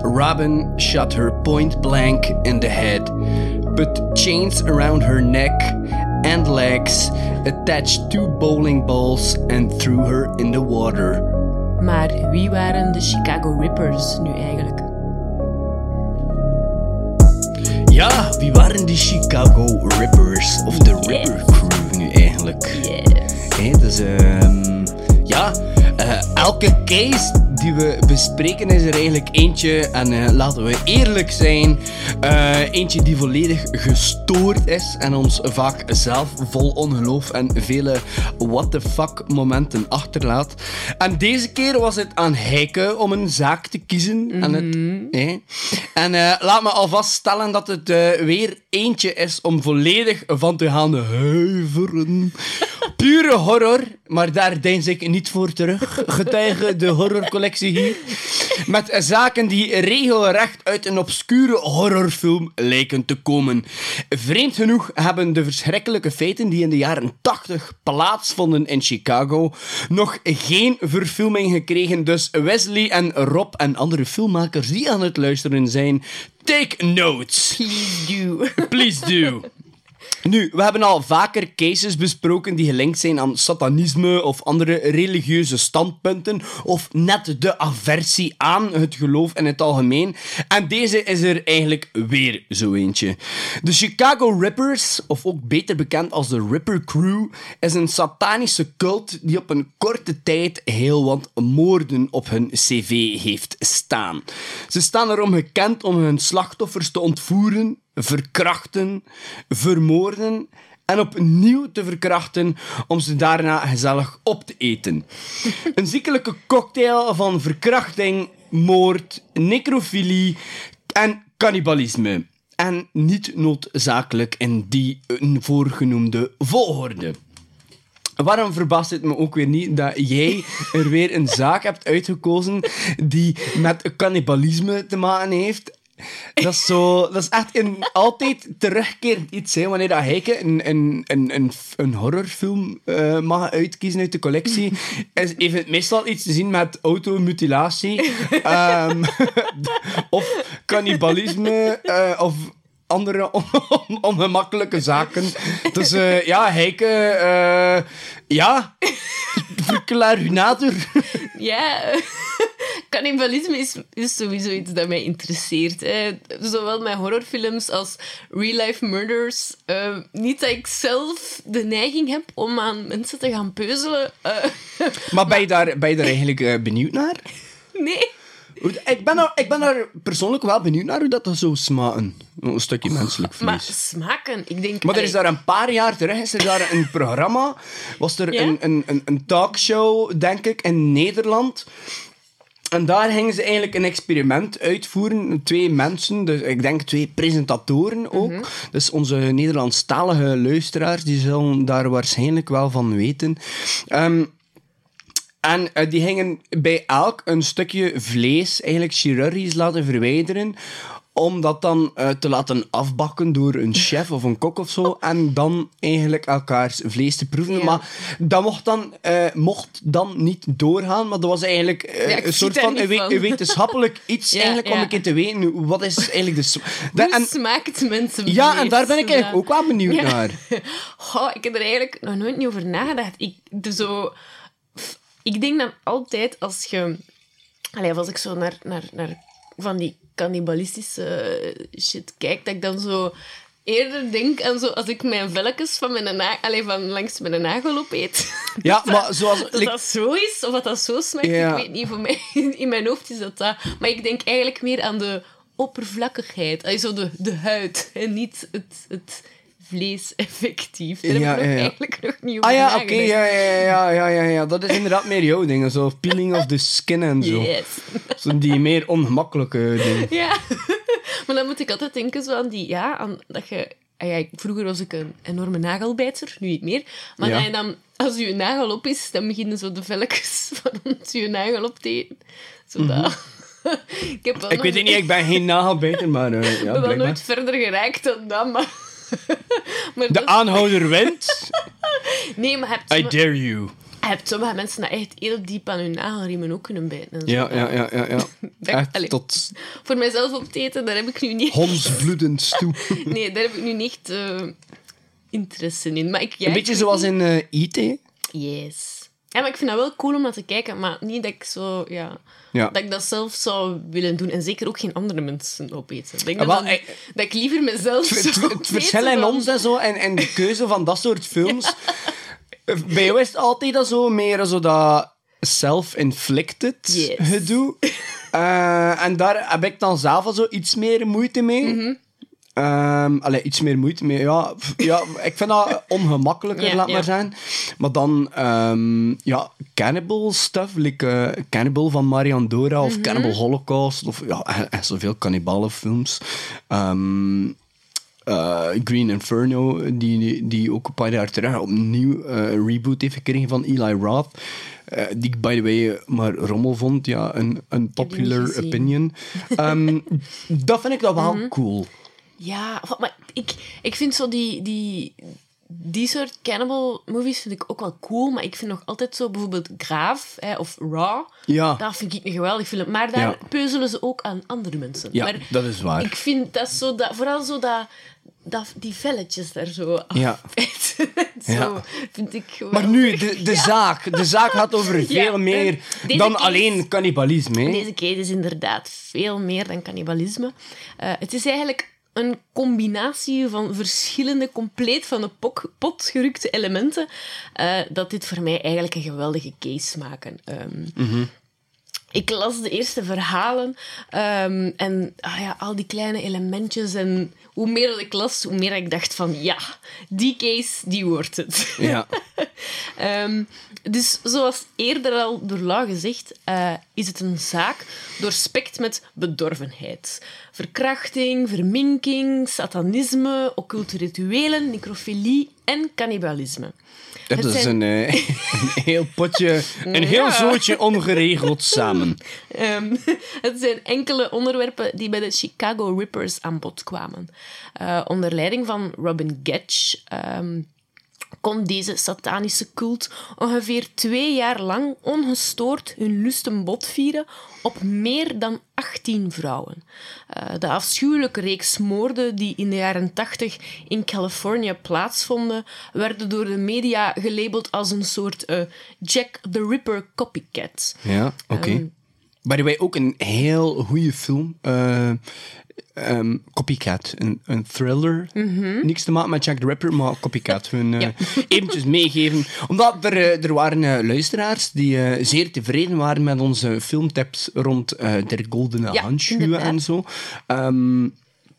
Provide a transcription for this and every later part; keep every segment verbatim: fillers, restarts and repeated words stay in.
Robin shot her point blank in the head, put chains around her neck and legs, attached two bowling balls and threw her in the water. Maar wie waren de Chicago Rippers nu eigenlijk? Ja, wie waren die Chicago Rippers? Of de yes. Ripper Crew nu eigenlijk? Yes. Hey, dus, um, ja, uh, elke case die we bespreken is er eigenlijk eentje, en uh, laten we eerlijk zijn, uh, eentje die volledig gestoord is en ons vaak zelf vol ongeloof en vele what the fuck momenten achterlaat. En deze keer was het aan Heike om een zaak te kiezen. Mm-hmm. En, het, eh. en uh, laat me alvast stellen dat het uh, weer eentje is om volledig van te gaan huiveren. Pure horror, maar daar deins ik niet voor terug. Getuige de horrorcollectie hier. Met zaken die regelrecht uit een obscure horrorfilm lijken te komen. Vreemd genoeg hebben de verschrikkelijke feiten die in de jaren tachtig plaatsvonden in Chicago nog geen verfilming gekregen. Dus Wesley en Rob en andere filmmakers die aan het luisteren zijn, take notes. Please do. Please do. Nu, we hebben al vaker cases besproken die gelinkt zijn aan satanisme of andere religieuze standpunten, of net de aversie aan het geloof in het algemeen. En deze is er eigenlijk weer zo eentje. De Chicago Rippers, of ook beter bekend als de Ripper Crew, is een satanische cult die op een korte tijd heel wat moorden op hun cv heeft staan. Ze staan erom gekend om hun slachtoffers te ontvoeren, verkrachten, vermoorden en opnieuw te verkrachten om ze daarna gezellig op te eten. Een ziekelijke cocktail van verkrachting, moord, necrofilie en cannibalisme. En niet noodzakelijk in die voorgenoemde volgorde. Waarom verbaast het me ook weer niet dat jij er weer een zaak hebt uitgekozen die met cannibalisme te maken heeft? Dat is, zo, dat is echt een altijd terugkerend iets, hè. Wanneer dat Heike een, een, een, een, een horrorfilm uh, mag uitkiezen uit de collectie, is, heeft het meestal iets te zien met automutilatie, um, of cannibalisme, uh, of andere on- on- ongemakkelijke zaken. Dus uh, ja, Heike, uh, ja, verklaar u nader. Ja, cannibalisme is, is sowieso iets dat mij interesseert. Hè. Zowel met horrorfilms als real-life murders. Uh, niet dat ik zelf de neiging heb om aan mensen te gaan peuzelen. Uh, maar ben je daar, ben je daar eigenlijk uh, benieuwd naar? Nee. Ik ben, er, ik ben daar persoonlijk wel benieuwd naar hoe dat zou smaken. Een stukje menselijk vlees. Maar smaken, ik denk... Maar er is daar een paar jaar terug, is er daar een programma, was er ja? een, een, een, een talkshow, denk ik, in Nederland. En daar gingen ze eigenlijk een experiment uitvoeren. Twee mensen, dus ik denk twee presentatoren ook. Mm-hmm. Dus onze Nederlandstalige luisteraars, die zullen daar waarschijnlijk wel van weten. Um, En uh, die gingen bij elk een stukje vlees eigenlijk chirurgisch laten verwijderen, om dat dan uh, te laten afbakken door een chef of een kok of zo, en dan eigenlijk elkaars vlees te proeven. Ja. Maar dat mocht dan, uh, mocht dan niet doorgaan, maar dat was eigenlijk uh, ja, een soort van een, we- een wetenschappelijk iets ja, eigenlijk, ja. om een keer te weten, wat is eigenlijk de... Sma- Hoe en, smaakt mensen Ja, vlees, en daar ben ik eigenlijk ja. ook wel benieuwd ja. naar. Oh, ik heb er eigenlijk nog nooit niet over nagedacht. Ik, de zo... Ik denk dan altijd, als je... Allee, als ik zo naar, naar, naar van die cannibalistische shit kijk, dat ik dan zo eerder denk aan zo... Als ik mijn velletjes van, mijn na, allee, van langs mijn nagel opeet. Ja, dat, maar zoals... Dat like, dat zo is, of dat dat zo smaakt, ja. Ik weet niet. Voor mij, in mijn hoofd is dat dat. Maar ik denk eigenlijk meer aan de oppervlakkigheid. Allee, zo de, de huid. En niet het... het vlees effectief. Daar ja, heb ik nog ja, ja. eigenlijk nog niet over Ah ja, nagedacht. oké, okay, ja, ja, ja, ja, ja, ja. Dat is inderdaad meer jouw dingen, zo peeling of the skin en zo. Yes. Zo die meer ongemakkelijke dingen. Ja, maar dan moet ik altijd denken zo aan die, ja, aan dat je... Ah ja, vroeger was ik een enorme nagelbijter, nu niet meer. Maar ja. dan, als je nagel op is, dan beginnen zo de velletjes van je nagel op te eten. Zo mm-hmm. dat... ik heb ik weet het niet, ik ben geen nagelbijter, maar... Uh, ja, ik ben wel nooit verder geraakt dan dat, maar... maar de dus... aanhouder wint. Nee, maar hebt... I dare you. Je hebt sommige mensen dat echt heel diep aan hun nagelriemen ook kunnen bijten. En zo. Ja, ja, ja, ja. ja. Dat- Echt allee, tot Voor mijzelf op het eten, daar heb ik nu niet... hondsbloedend toe. Nee, daar heb ik nu niet echt uh, interesse in. Maar ik, ja, Een beetje ik- zoals in uh, E T Yes. Ja, maar ik vind dat wel cool om naar te kijken, maar niet dat ik zo... Ja, Ja. dat ik dat zelf zou willen doen. En zeker ook geen andere mensen opeten. Ik denk Ah, dat, wel, dat, eh, dat ik liever mezelf Het, zou het, het opeten verschil in dan- ons en zo, en, en de keuze van dat soort films. Bij jou is het altijd dat zo meer zo dat self-inflicted Yes. gedoe. Eh, en daar heb ik dan zelf al zo iets meer moeite mee. Mhm. Ehm, allee, iets meer moeite mee. Ja, pff, ja, ik vind dat ongemakkelijker, Ja, laat ja. maar zijn. Maar dan, ehm, ja, cannibal stuff, like eh, Cannibal van Marian Dora Mhm. of Cannibal Holocaust, of ja, en- en zoveel cannibalenfilms. Ehm eh, Green Inferno, die, die, die ook een paar jaar terug opnieuw eh, een reboot heeft gekregen van Eli Roth. Eh, die ik, by the way, maar rommel vond. Ja, een, een heb die niet popular gezien. opinion. Ehm, dat vind ik dan wel Mhm. cool. Ja, of- maar ik, ik vind zo die, die, die soort cannibal movies vind ik ook wel cool, maar ik vind nog altijd zo bijvoorbeeld Graaf hè, of Raw, Ja, dat vind ik een geweldig film. Maar daar Ja. peuzelen ze ook aan andere mensen. ja maar dat is waar. ik vind dat zo, dat, vooral zo dat, dat, die velletjes daar zo Ja. afbijten. Zo Ja. vind ik gewoon... Maar nu, de, de, zaak. de zaak gaat over veel Ja, meer eh, deze dan case- alleen cannibalisme. hè. Deze case is inderdaad veel meer dan cannibalisme. Uh, het is eigenlijk een combinatie van verschillende, compleet van de pok- pot gerukte elementen, uh, dat dit voor mij eigenlijk een geweldige case maken. Um, Mhm. Ik las de eerste verhalen um, en ah ja, al die kleine elementjes. En hoe meer dat ik las, hoe meer ik dacht van ja, die case, die wordt het. Ja. Um, dus zoals eerder al door Lau gezegd, uh, is het een zaak doorspekt met bedorvenheid. Verkrachting, verminking, satanisme, occulte rituelen, necrofilie en cannibalisme. Dat Het is zijn- een, eh, een heel potje, een heel Ja. zootje ongeregeld samen. Um, het zijn enkele onderwerpen die bij de Chicago Rippers aan bod kwamen. Uh, onder leiding van Robin Getch um, kon deze satanische cult ongeveer twee jaar lang ongestoord hun lusten botvieren op meer dan achttien vrouwen. Uh, de afschuwelijke reeks moorden die in de jaren tachtig in Californië plaatsvonden, werden door de media gelabeld als een soort uh, Jack the Ripper copycat. Ja, oké. Ehm. By the way, ook een heel goede film. Eh, ehm, Copycat, een, een thriller. Niks te maken met Jack the Ripper, maar Copycat. Hun, eh, Ja. eventjes meegeven. Omdat er, eh, er waren eh, luisteraars die eh, zeer tevreden waren met onze filmtips rond eh der goldene Ja, handschuwen inderdaad. en zo. Ehm,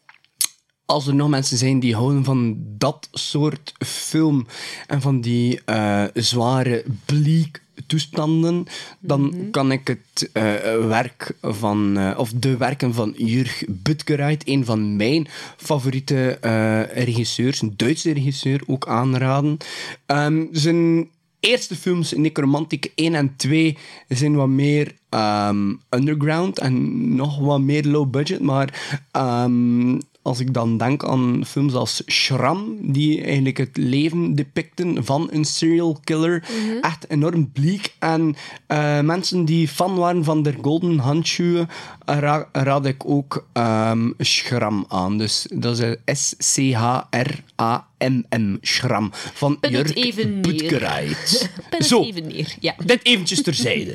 als er nog mensen zijn die houden van dat soort film en van die eh, zware, bleak toestanden, dan kan ik het eh, werk van, eh, of de werken van Jurg Butgereit, een van mijn favoriete eh, regisseurs, een Duitse regisseur, ook aanraden. Ehm, zijn eerste films, Necromantic één en twee, zijn wat meer ehm, underground en nog wat meer low budget, maar ehm, als ik dan denk aan films als Schram, die eigenlijk het leven depicten van een serial killer, echt enorm bleek. En eh, mensen die fan waren van de Golden Handschuwen, ra raad ik ook ehm, Schram aan. Dus dat is S C H R A M M, Schram, van Pen het Jurk even neer. Butgereit. Pen het Zo, even neer, ja. dit eventjes terzijde.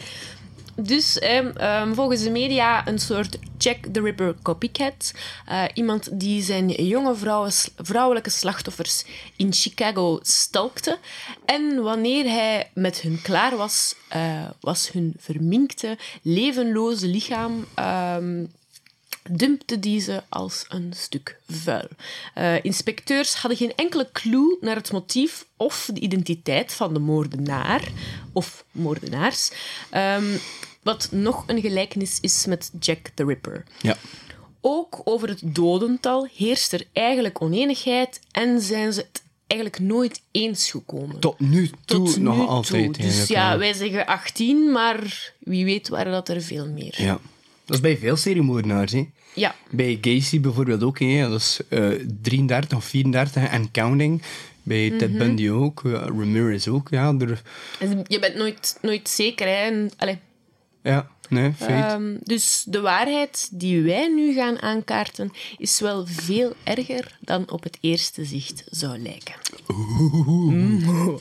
Dus ehm, ehm, volgens de media een soort Jack the Ripper copycat. Uh, iemand die zijn jonge vrouwen, vrouwelijke slachtoffers in Chicago stalkte. En wanneer hij met hun klaar was, uh, was hun verminkte, levenloze lichaam... Um, dumpte die ze als een stuk vuil. Uh, inspecteurs hadden geen enkele clue naar het motief of de identiteit van de moordenaar of moordenaars. Um, wat nog een gelijkenis is met Jack the Ripper. Ja. Ook over het dodental heerst er eigenlijk oneenigheid en zijn ze het eigenlijk nooit eens gekomen. Tot nu toe Tot nog nu altijd. toe. Dus eigenlijk, ja, wij zeggen achttien, maar wie weet waren dat er veel meer. Ja. Dat is bij veel seriemoordenaars, hè. Ja. Bij Gacy bijvoorbeeld ook, hè. Dat is uh, drieëndertig of vierendertig en counting. Bij Ted mm-hmm. Bundy ook, ja, Ramirez ook. Ja, er... Je bent nooit, nooit zeker, hè. En, allee. Ja, nee, feit. Um, dus de waarheid die wij nu gaan aankaarten is wel veel erger dan op het eerste zicht zou lijken. Mm.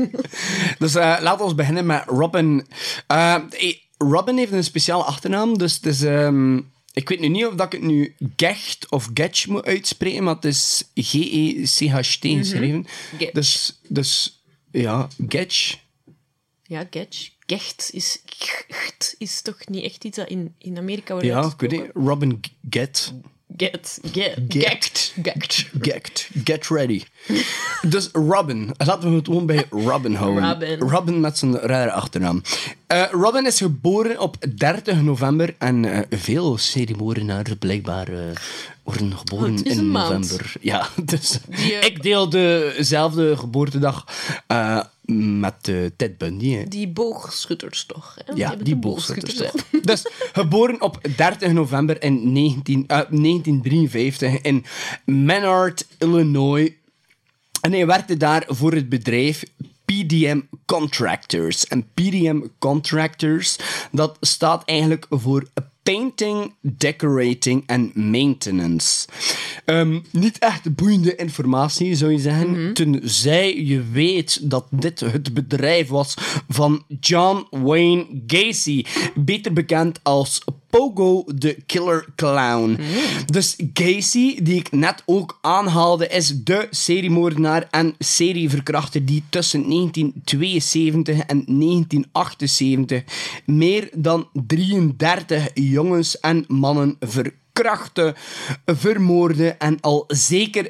Dus uh, laten we beginnen met Robin. Uh, Robin heeft een speciale achternaam, dus het is... Um, ik weet nu niet of dat ik het nu Gecht of Getch moet uitspreken, maar het is G E C H T geschreven. Mm-hmm. Dus, dus, ja, Getch. Ja, Getch. Gecht is... Gecht is toch niet echt iets dat in, in Amerika wordt Ja, ik weet niet. Robin Get. Get. Get. Gecht. Gecht. Gecht. Get ready. Dus Robin. Laten we het gewoon bij Robin houden. Robin. Robin met zijn rare achternaam. Uh, Robin is geboren op dertig november en uh, veel seriemoordenaars blijkbaar uh, worden geboren in november. Ja, dus Die, uh, ik deel dezelfde geboortedag uh, met uh, Ted Bundy. Hè. Die boogschutters toch? Hè? Ja, die boogschutters. boogschutters dus geboren op dertig november in negentien, uh, negentien drieënvijftig in Menard, Illinois. En hij werkte daar voor het bedrijf P D M Contractors. En P D M Contractors, dat staat eigenlijk voor Painting, Decorating en Maintenance. Um, niet echt boeiende informatie, zou je zeggen. Mm-hmm. Tenzij je weet dat dit het bedrijf was van John Wayne Gacy. Beter bekend als Pogo the Killer Clown. Mm. Dus Gacy, die ik net ook aanhaalde, is de seriemoordenaar en serieverkrachter die tussen negentien tweeënzeventig en negentien achtenzeventig meer dan drieëndertig jongens en mannen verkrachtte, vermoorde en al zeker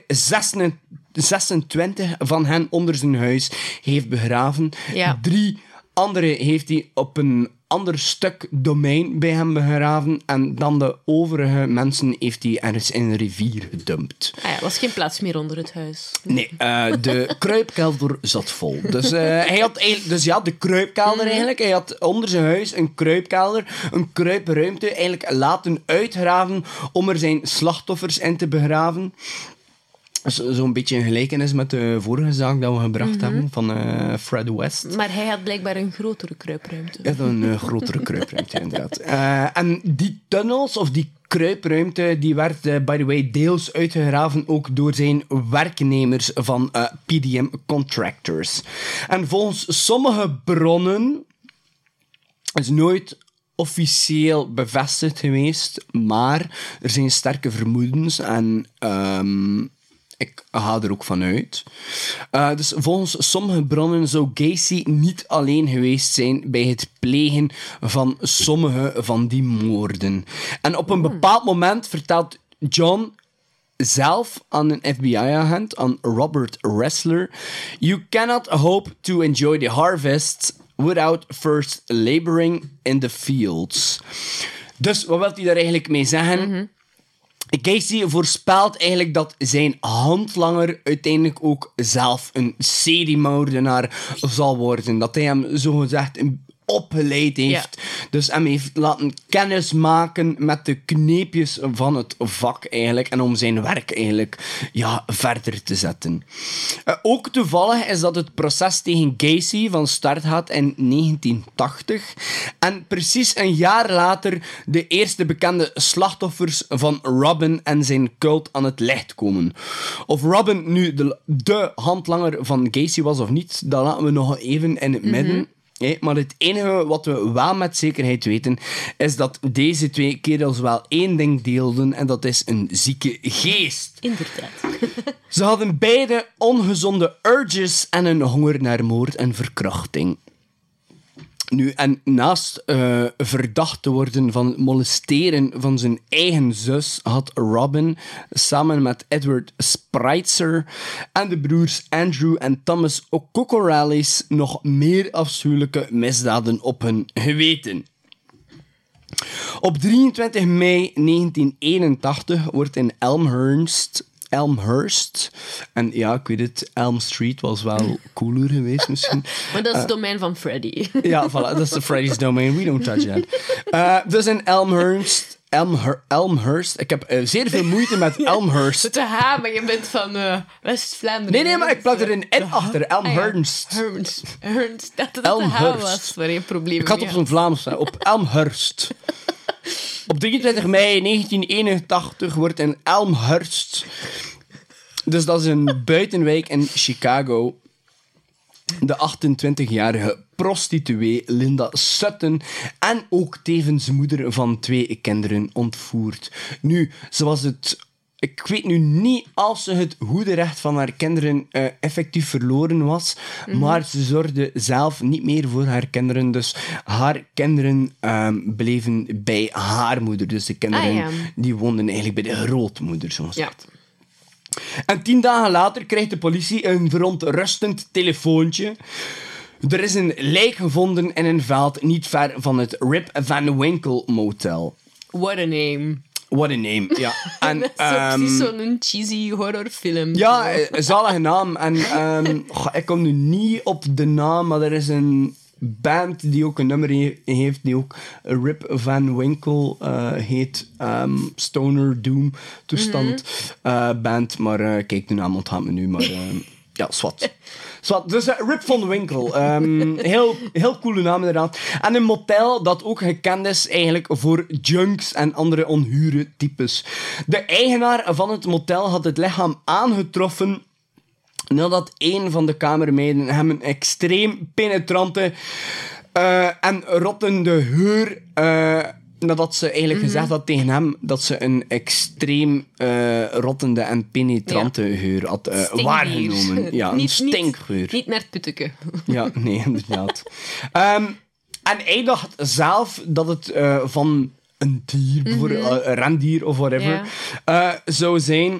zesentwintig van hen onder zijn huis heeft begraven. Ja. Drie andere heeft hij op een ander stuk domein bij hem begraven en dan de overige mensen heeft hij ergens in een rivier gedumpt. Ah ja, er was geen plaats meer onder het huis. Nee, uh, de kruipkelder zat vol. Dus, uh, hij had eigenlijk, dus ja, de kruipkelder eigenlijk. Hij had onder zijn huis een kruipkelder, een kruipruimte eigenlijk laten uitgraven om er zijn slachtoffers in te begraven. Zo'n beetje een gelijkenis met de vorige zaak dat we gebracht mm-hmm. hebben, van uh, Fred West. Maar hij had blijkbaar een grotere kruipruimte. Ja, een uh, grotere kruipruimte, inderdaad. Uh, en die tunnels, of die kruipruimte, die werd, uh, by the way, deels uitgegraven ook door zijn werknemers van uh, P D M Contractors. En volgens sommige bronnen is nooit officieel bevestigd geweest, maar er zijn sterke vermoedens en... Um, Ik ga er ook van uit. Uh, dus volgens sommige bronnen zou Gacy niet alleen geweest zijn bij het plegen van sommige van die moorden. En op een bepaald moment vertelt John zelf aan een F B I-agent, aan Robert Ressler, "You cannot hope to enjoy the harvest without first laboring in the fields." Dus wat wil hij daar eigenlijk mee zeggen? Mm-hmm. Gacy voorspelt eigenlijk dat zijn handlanger uiteindelijk ook zelf een seriemoordenaar zal worden. Dat hij hem zogezegd opgeleid heeft. Ja. Dus hem heeft laten kennis maken met de kneepjes van het vak eigenlijk. En om zijn werk eigenlijk ja, verder te zetten. Uh, ook toevallig is dat het proces tegen Gacy van start gaat in negentien tachtig. En precies een jaar later de eerste bekende slachtoffers van Robin en zijn cult aan het licht komen. Of Robin nu de, de handlanger van Gacy was of niet, dat laten we nog even in het midden. Mm-hmm. Nee, maar het enige wat we wel met zekerheid weten, is dat deze twee kerels wel één ding deelden, en dat is een zieke geest. Inderdaad. Ze hadden beide ongezonde urges en een honger naar moord en verkrachting. Nu, en naast uh, verdacht te worden van het molesteren van zijn eigen zus, had Robin samen met Edward Spritzer en de broers Andrew en Thomas O'Cocorellis nog meer afschuwelijke misdaden op hun geweten. Op drieëntwintig mei negentien eenentachtig wordt in Elmhurst Elmhurst. En ja, ik weet het, Elm Street was wel cooler geweest misschien. Maar dat is het domein van Freddy. Ja, voilà, dat is de Freddy's domain. We don't touch that. Uh, dus in Elmhurst... Elmhur- Elmhurst. Ik heb uh, zeer veel moeite met Elmhurst. Met de H, maar je bent van uh, West-Vlaanderen. Nee, nee, maar ik plak er een N achter. Elmhurst. Ah, ja. Ernst. Ernst. Dat het Elmhurst. de H was, waar je probleem Ik had op zijn Vlaams staan. Op Elmhurst. Op drieëntwintig mei negentien eenentachtig wordt in Elmhurst... Dus dat is een buitenwijk in Chicago... de achtentwintigjarige prostituee Linda Sutton en ook tevens moeder van twee kinderen ontvoerd. Nu, ze was het... Ik weet nu niet als ze het goede recht van haar kinderen uh, effectief verloren was, mm-hmm. maar ze zorgde zelf niet meer voor haar kinderen. Dus haar kinderen um, bleven bij haar moeder. Dus de kinderen ah, ja. die woonden eigenlijk bij de grootmoeder, zo gezegd. Ja. En tien dagen later krijgt de politie een verontrustend telefoontje. Er is een lijk gevonden in een veld niet ver van het Rip Van Winkle Motel. What a name. What a name, ja. En, dat is um, precies zo'n cheesy horrorfilm. Ja, een zalige naam. En um, goh, ik kom nu niet op de naam, maar er is een band die ook een nummer he- heeft, die ook Rip Van Winkle uh, heet. Um, Stoner Doom toestand mm-hmm. uh, band. Maar uh, kijk, de naam ontgaat me nu, maar... Uh, ja, zwart. zwart. Dus uh, Rip Van Winkle. Um, heel, heel coole naam inderdaad. En een motel dat ook gekend is eigenlijk voor junks en andere onhure types. De eigenaar van het motel had het lichaam aangetroffen nadat een van de kamermeiden hem een extreem penetrante uh, en rottende geur... Uh, nadat ze eigenlijk mm-hmm. gezegd had tegen hem dat ze een extreem uh, rottende en penetrante ja. geur had uh, waargenomen. Ja, een niet, stinkgeur. Niet, niet naar het putteke. Ja, nee, inderdaad. um, en hij dacht zelf dat het uh, van een dier, bijvoorbeeld mm-hmm. uh, een rendier of whatever, yeah. uh, zou zijn.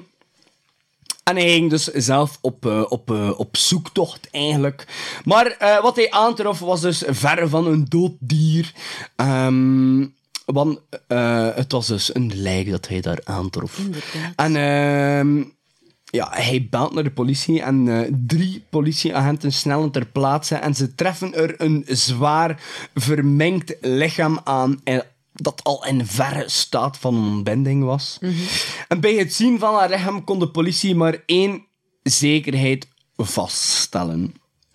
En hij ging dus zelf op, uh, op, uh, op zoektocht, eigenlijk. Maar uh, wat hij aantrof was dus ver van een dood dier. Um, want uh, het was dus een lijk dat hij daar aantrof. Inderdaad. En uh, ja, hij belt naar de politie en uh, drie politieagenten snellen ter plaatse en ze treffen er een zwaar vermengd lichaam aan en dat al in verre staat van ontbinding was. Mm-hmm. En bij het zien van haar lichaam kon de politie maar één zekerheid vaststellen.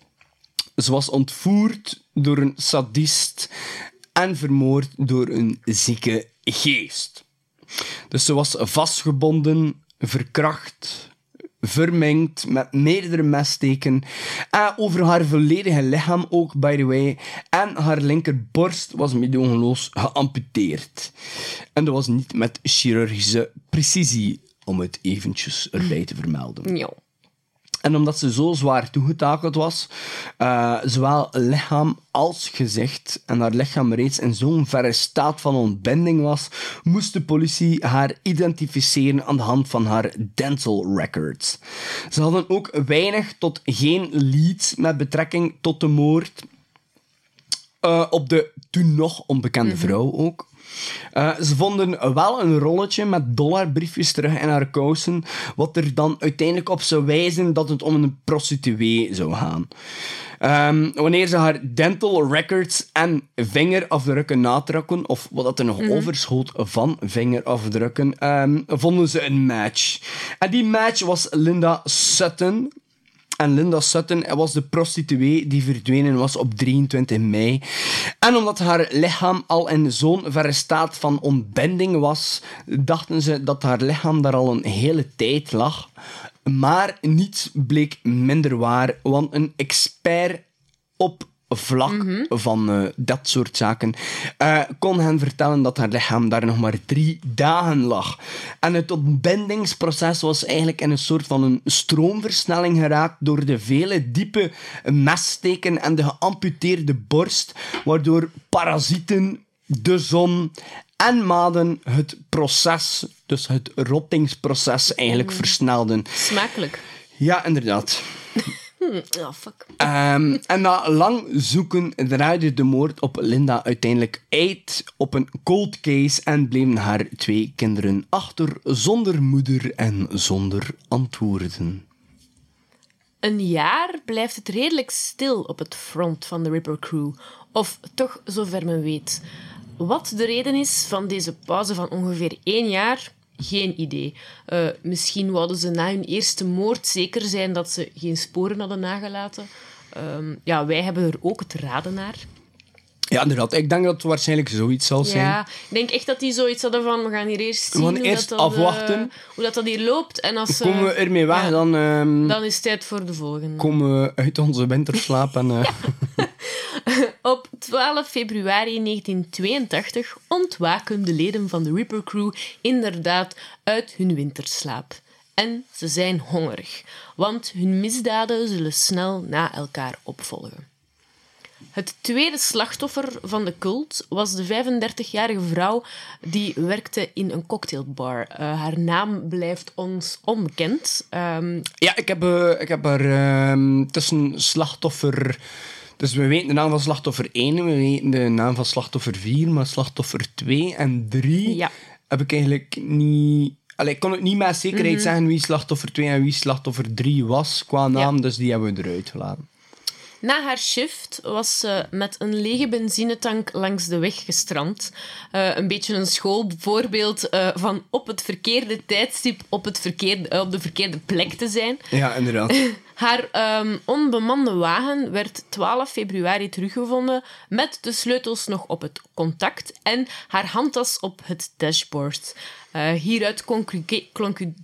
Ze was ontvoerd door een sadist en vermoord door een zieke geest. Dus ze was vastgebonden, verkracht, vermengd met meerdere messteken. En over haar volledige lichaam ook, by the way. En haar linkerborst was meedogenloos geamputeerd. En dat was niet met chirurgische precisie, om het eventjes erbij te vermelden. Ja. En omdat ze zo zwaar toegetakeld was, uh, zowel lichaam als gezicht, en haar lichaam reeds in zo'n verre staat van ontbinding was, moest de politie haar identificeren aan de hand van haar dental records. Ze hadden ook weinig tot geen leads met betrekking tot de moord uh, op de toen nog onbekende mm-hmm. vrouw ook. Uh, ze vonden wel een rolletje met dollarbriefjes terug in haar kousen, wat er dan uiteindelijk op zou wijzen dat het om een prostituee zou gaan. Um, wanneer ze haar dental records en vingerafdrukken natrokken, of wat er nog mm-hmm. overschoot van vingerafdrukken, um, vonden ze een match. En die match was Linda Sutton. En Linda Sutton was de prostituee die verdwenen was op drieëntwintig mei. En omdat haar lichaam al in zo'n verre staat van ontbinding was, dachten ze dat haar lichaam daar al een hele tijd lag. Maar niets bleek minder waar, want een expert op vlak mm-hmm. van uh, dat soort zaken uh, kon hen vertellen dat haar lichaam daar nog maar drie dagen lag. En het ontbindingsproces was eigenlijk in een soort van een stroomversnelling geraakt door de vele diepe messteken en de geamputeerde borst, waardoor parasieten, de zon en maden het proces, dus het rottingsproces, eigenlijk mm. versnelden. Smakelijk. Ja, inderdaad. Hmm, oh, fuck. Um, en na lang zoeken draaide de moord op Linda uiteindelijk uit op een cold case en bleven haar twee kinderen achter zonder moeder en zonder antwoorden. Een jaar blijft het redelijk stil op het front van de Ripper Crew. Of toch, zover men weet. Wat de reden is van deze pauze van ongeveer één jaar, geen idee. Uh, misschien wouden ze na hun eerste moord zeker zijn dat ze geen sporen hadden nagelaten. Um, ja, wij hebben er ook het raden naar. Ja, inderdaad. Ik denk dat het waarschijnlijk zoiets zal zijn. Ja, ik denk echt dat die zoiets hadden van, we gaan hier eerst zien we gaan hoe, eerst dat, dat, afwachten. Uh, hoe dat, dat hier loopt. En als ze, komen we ermee weg, ja, dan... Um, dan is het tijd voor de volgende. Komen we uit onze winterslaap en... Uh... Op twaalf februari negentien tweeëntachtig ontwaken de leden van de Ripper Crew inderdaad uit hun winterslaap. En ze zijn hongerig, want hun misdaden zullen snel na elkaar opvolgen. Het tweede slachtoffer van de cult was de vijfendertigjarige vrouw die werkte in een cocktailbar. Uh, haar naam blijft ons onbekend. Um... Ja, ik heb, uh, ik heb er uh, tussen slachtoffer... Dus we weten de naam van slachtoffer één, we weten de naam van slachtoffer vier, maar slachtoffer twee en drie ja. heb ik eigenlijk niet... Allee, ik kon het niet met zekerheid mm-hmm. zeggen wie slachtoffer twee en wie slachtoffer drie was qua naam, ja. Dus die hebben we eruit gelaten. Na haar shift was ze met een lege benzinetank langs de weg gestrand. Uh, een beetje een schoolvoorbeeld uh, van op het verkeerde tijdstip op, het verkeerde, uh, op de verkeerde plek te zijn. Ja, inderdaad. Haar um, onbemande wagen werd twaalf februari teruggevonden met de sleutels nog op het contact en haar handtas op het dashboard. Uh, hieruit concludeerde... Conclu-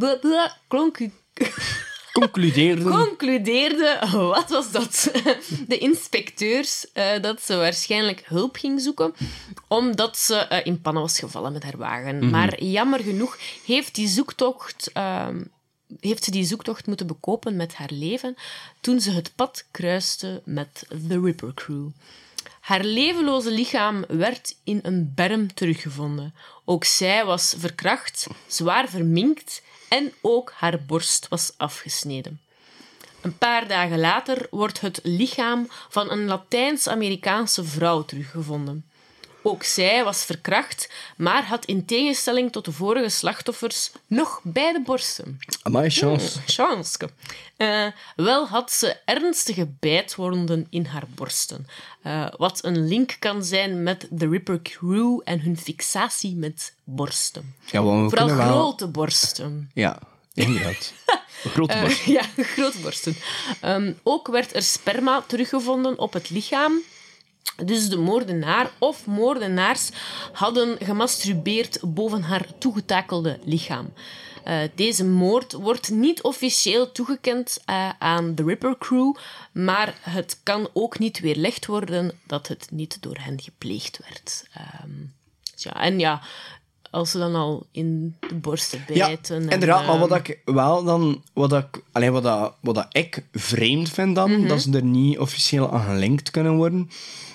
conclu- Concludeerde. Concludeerde, wat was dat? De inspecteurs uh, dat ze waarschijnlijk hulp ging zoeken omdat ze uh, in pannen was gevallen met haar wagen. Mm-hmm. Maar jammer genoeg heeft, die zoektocht, uh, heeft ze die zoektocht moeten bekopen met haar leven toen ze het pad kruiste met de Ripper Crew. Haar levenloze lichaam werd in een berm teruggevonden. Ook zij was verkracht, zwaar verminkt en ook haar borst was afgesneden. Een paar dagen later wordt het lichaam van een Latijns-Amerikaanse vrouw teruggevonden. Ook zij was verkracht, maar had in tegenstelling tot de vorige slachtoffers nog beide borsten. Amai, chance. Hmm, chance. Uh, wel had ze ernstige bijtwonden in haar borsten. Uh, wat een link kan zijn met de Ripper Crew en hun fixatie met borsten. Ja, we Vooral wel... grote borsten. Ja, inderdaad. Grote borsten. Uh, ja, grote borsten. Um, ook werd er sperma teruggevonden op het lichaam. Dus de moordenaar of moordenaars hadden gemasturbeerd boven haar toegetakelde lichaam. Uh, deze moord wordt niet officieel toegekend uh, aan de Ripper Crew, maar het kan ook niet weerlegd worden dat het niet door hen gepleegd werd. Um, ja, en ja, als ze dan al in de borsten bijten... Ja, inderdaad, en, maar uh, wat ik wel dan... Wat, ik, alleen wat, dat, wat dat ik vreemd vind dan, mm-hmm. dat ze er niet officieel aan gelinkt kunnen worden...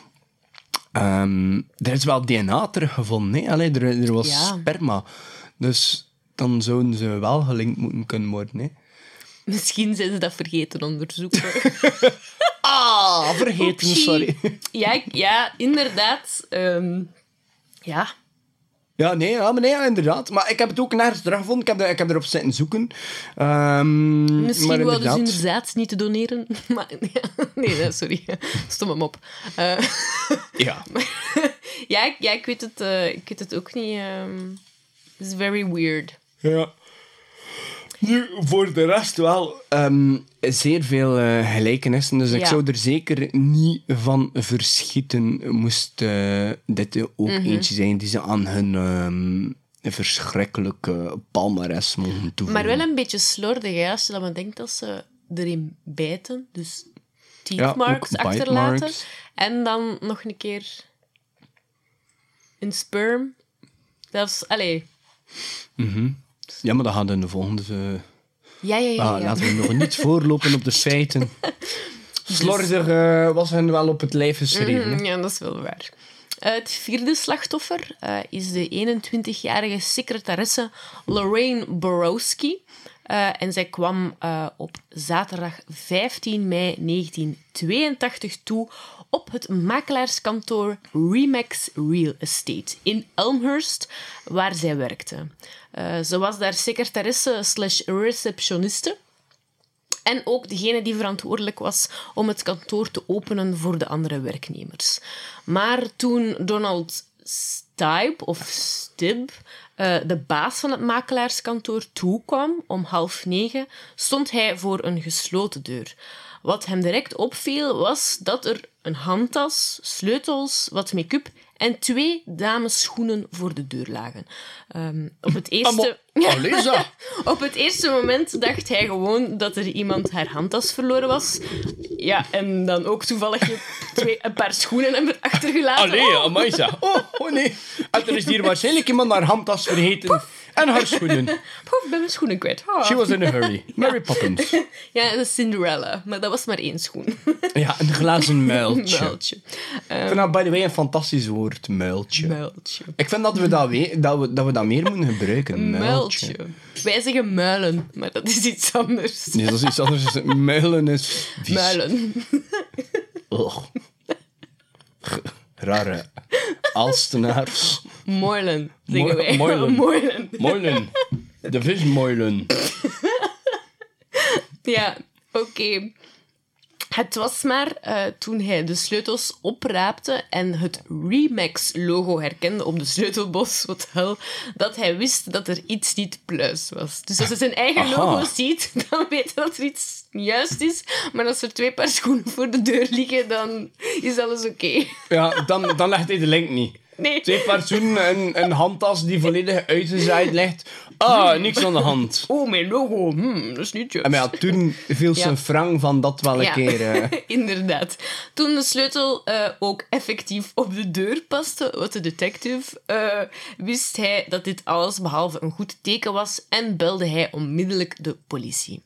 Um, er is wel D N A teruggevonden, hè? Allee, er, er was ja. sperma. Dus dan zouden ze wel gelinkt moeten kunnen worden. Hè? Misschien zijn ze dat vergeten onderzoeken. ah, vergeten, sorry. Ja, ja inderdaad. Um, ja... Ja, nee, ja, maar nee, ja, inderdaad. Maar ik heb het ook nergens teruggevonden. Ik heb, de, ik heb erop zitten zoeken. Um, Misschien wouden ze hun zaad niet te doneren. Maar, nee, nee, sorry. Stom hem op. Uh, ja. ja, ik, ja, ik weet het, uh, ik weet het ook niet. Um, it's very weird. Ja. Nu, voor de rest wel um, zeer veel uh, gelijkenissen. Dus ja. Ik zou er zeker niet van verschieten moest uh, dit ook mm-hmm. eentje zijn die ze aan hun um, verschrikkelijke palmares mogen toevoegen. Maar wel een beetje slordig, hè, als je dan maar denkt dat ze erin bijten. Dus teeth ja, marks achterlaten. En dan nog een keer een sperm. Dat is... Allee... Mm-hmm. Ja, maar dat gaat in de volgende... Uh... Ja, ja, ja. Ah, ja. laten we nog niet voorlopen op de feiten. Slordig uh, was hen wel op het lijf geschreven. Mm, ja, dat is wel waar. Uh, het vierde slachtoffer uh, is de eenentwintigjarige secretaresse Lorraine Borowski. Uh, en zij kwam uh, op zaterdag vijftien mei negentien tweeëntachtig toe op het makelaarskantoor Remax Real Estate in Elmhurst, waar zij werkte. Uh, ze was daar secretaresse slash receptioniste. En ook degene die verantwoordelijk was om het kantoor te openen voor de andere werknemers. Maar toen Donald Stipe, of Stib, uh, de baas van het makelaarskantoor, toekwam om half negen, stond hij voor een gesloten deur. Wat hem direct opviel, was dat er een handtas, sleutels, wat make-up en twee damesschoenen voor de deur lagen. Um, op het eerste... Allee, op het eerste moment dacht hij gewoon dat er iemand haar handtas verloren was. Ja, en dan ook toevallig twee, een paar schoenen hebben achtergelaten. Allee, oh. amai, zeg. Oh, oh nee. En er is hier waarschijnlijk iemand haar handtas vergeten. Poef. En haar schoenen. Poef, ik ben mijn schoenen kwijt. Oh. She was in a hurry. Mary Poppins. Ja, dat is Cinderella. Maar dat was maar één schoen. Ja, een glazen muiltje. muiltje. Um, ik vind dat, by the way, een fantastisch woord. Muiltje. Muiltje. Ik vind dat we dat, we, dat, we, dat we dat meer moeten gebruiken. Muiltje. Muiltje. Wij zeggen muilen, maar dat is iets anders. Nee, dat is iets anders. Muilen is vies. Muilen. Oh. Rare Alstenaars. Moilen, zeggen wij. Moilen. Moilen. Moilen. De vismoilen. Ja, oké. Okay. Het was maar uh, toen hij de sleutels opraapte en het Remax-logo herkende op de sleutelbos, wat hel, dat hij wist dat er iets niet pluis was. Dus als hij zijn eigen Aha. logo ziet, dan weet hij dat er iets juist is. Maar als er twee paar schoenen voor de deur liggen, dan is alles oké. Okay. Ja, dan, dan legt hij de link niet. Nee. Twee paar schoenen en een handtas die volledig uitgezaaid ligt. Ah, niks aan de hand. Oh, mijn logo. Hm, dat is niet juist. En ja, toen viel zijn ja. frank van dat wel een ja. keer... Uh... Inderdaad. Toen de sleutel uh, ook effectief op de deur paste, wat de detective, uh, wist hij dat dit alles behalve een goed teken was en belde hij onmiddellijk de politie.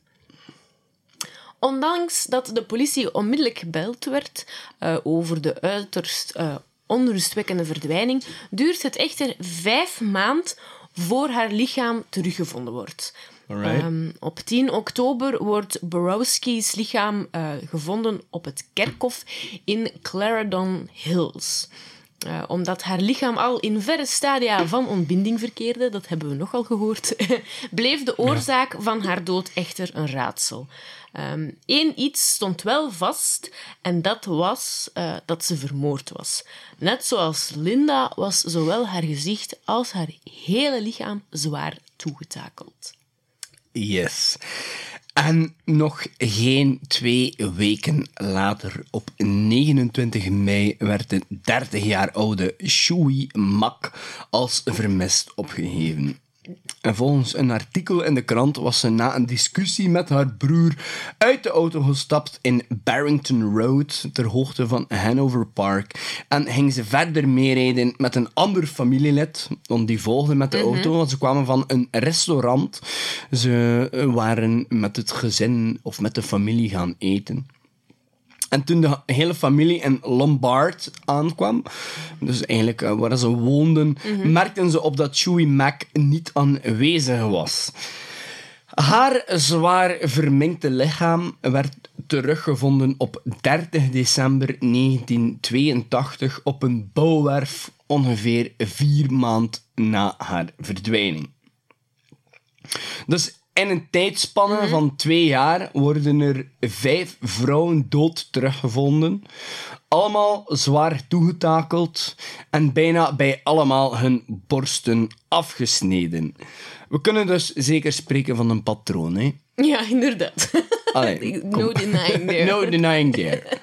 Ondanks dat de politie onmiddellijk gebeld werd uh, over de uiterst uh, onrustwekkende verdwijning, duurt het echter vijf maanden voor haar lichaam teruggevonden wordt. Um, op tien oktober wordt Borowski's lichaam uh, gevonden op het kerkhof in Clarendon Hills. Uh, omdat haar lichaam al in verre stadia van ontbinding verkeerde, dat hebben we nogal gehoord, bleef de oorzaak ja. van haar dood echter een raadsel. Um, Eén iets stond wel vast, en dat was uh, dat ze vermoord was. Net zoals Linda was zowel haar gezicht als haar hele lichaam zwaar toegetakeld. Yes. En nog geen twee weken later, op negenentwintig mei, werd de dertig jaar oude Shui Mak als vermist opgegeven. En volgens een artikel in de krant was ze na een discussie met haar broer uit de auto gestapt in Barrington Road, ter hoogte van Hanover Park. En ging ze verder meerijden met een ander familielid, want die volgde met de mm-hmm. auto, want ze kwamen van een restaurant. Ze waren met het gezin of met de familie gaan eten. En toen de hele familie in Lombard aankwam, dus eigenlijk uh, waar ze woonden, mm-hmm. merkten ze op dat Shui Mak niet aanwezig was. Haar zwaar verminkte lichaam werd teruggevonden op dertig december negentien tweeëntachtig op een bouwwerf ongeveer vier maanden na haar verdwijning. Dus in een tijdspanne mm-hmm. van twee jaar worden er vijf vrouwen dood teruggevonden. Allemaal zwaar toegetakeld en bijna bij allemaal hun borsten afgesneden. We kunnen dus zeker spreken van een patroon, hè? Ja, inderdaad. Allee, no denying there. No denying there.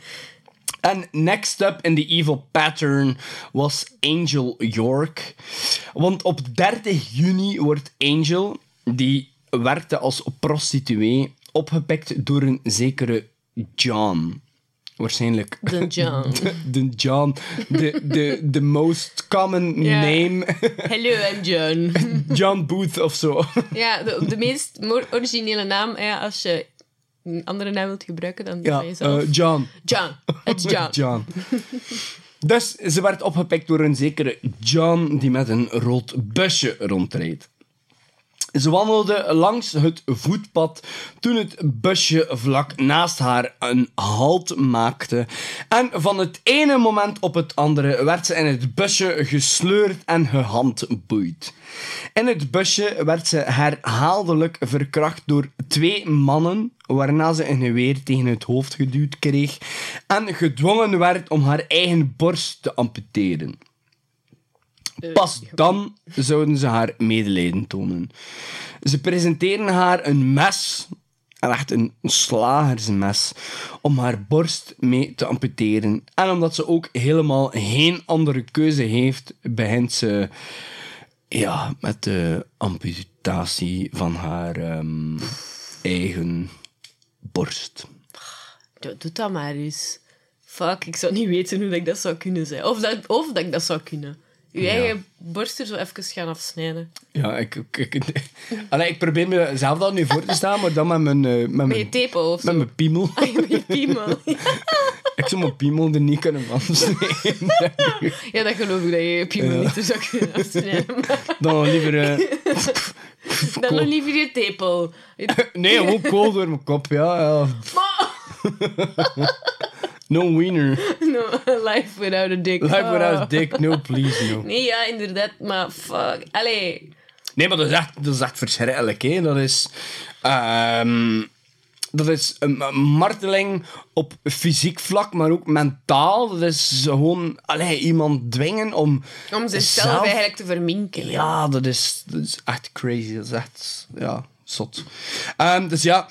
En next up in the evil pattern was Angel York. Want op dertig juni wordt Angel, die werkte als prostituee, opgepikt door een zekere John. Waarschijnlijk. De John. De, de John. De, de, de most common yeah. name. Hello, I'm John. John Booth of zo. Ja, de, de meest originele naam. Ja, als je een andere naam wilt gebruiken, dan ja, van jezelf. Uh, John. John. It's John. John. Dus ze werd opgepikt door een zekere John die met een rood busje rondreed. Ze wandelde langs het voetpad toen het busje vlak naast haar een halt maakte. En van het ene moment op het andere werd ze in het busje gesleurd en gehandboeid. In het busje werd ze herhaaldelijk verkracht door twee mannen, waarna ze een geweer tegen het hoofd geduwd kreeg en gedwongen werd om haar eigen borst te amputeren. Pas dan zouden ze haar medelijden tonen. Ze presenteren haar een mes, echt een slagersmes, om haar borst mee te amputeren. En omdat ze ook helemaal geen andere keuze heeft, begint ze ja, met de amputatie van haar um, eigen borst. Doe, doe dat maar eens. Fuck, ik zou niet weten hoe ik dat zou kunnen zijn. Of dat, of dat ik dat zou kunnen. Je Ja. eigen borst er zo even gaan afsnijden. Ja, ik, ik, ik, allee, ik probeer mezelf dat nu voor te staan, maar dan met mijn, uh, met Met mijn, je tepel of zo. met mijn piemel. Met je piemel. Ik zou mijn piemel er niet kunnen van snijden. Ja, dat geloof ik, dat je je piemel Ja. niet er zou kunnen afsnijden. Maar Dan nog liever... uh, dan nog liever je tepel. nee, gewoon kool door mijn kop, ja. ja. No wiener. No, life without a dick. Life Oh. without a dick, no please, no. Nee, ja, inderdaad, maar fuck. Allee. Nee, maar dat is echt, dat is echt verschrikkelijk, hè. Dat is... ehm, dat is een, een marteling op fysiek vlak, maar ook mentaal. Dat is gewoon allee, iemand dwingen om... Om zichzelf zelf- eigenlijk te verminken. Ja, dat is, dat is echt crazy. Dat is echt... Ja, zot. Ehm, dus ja...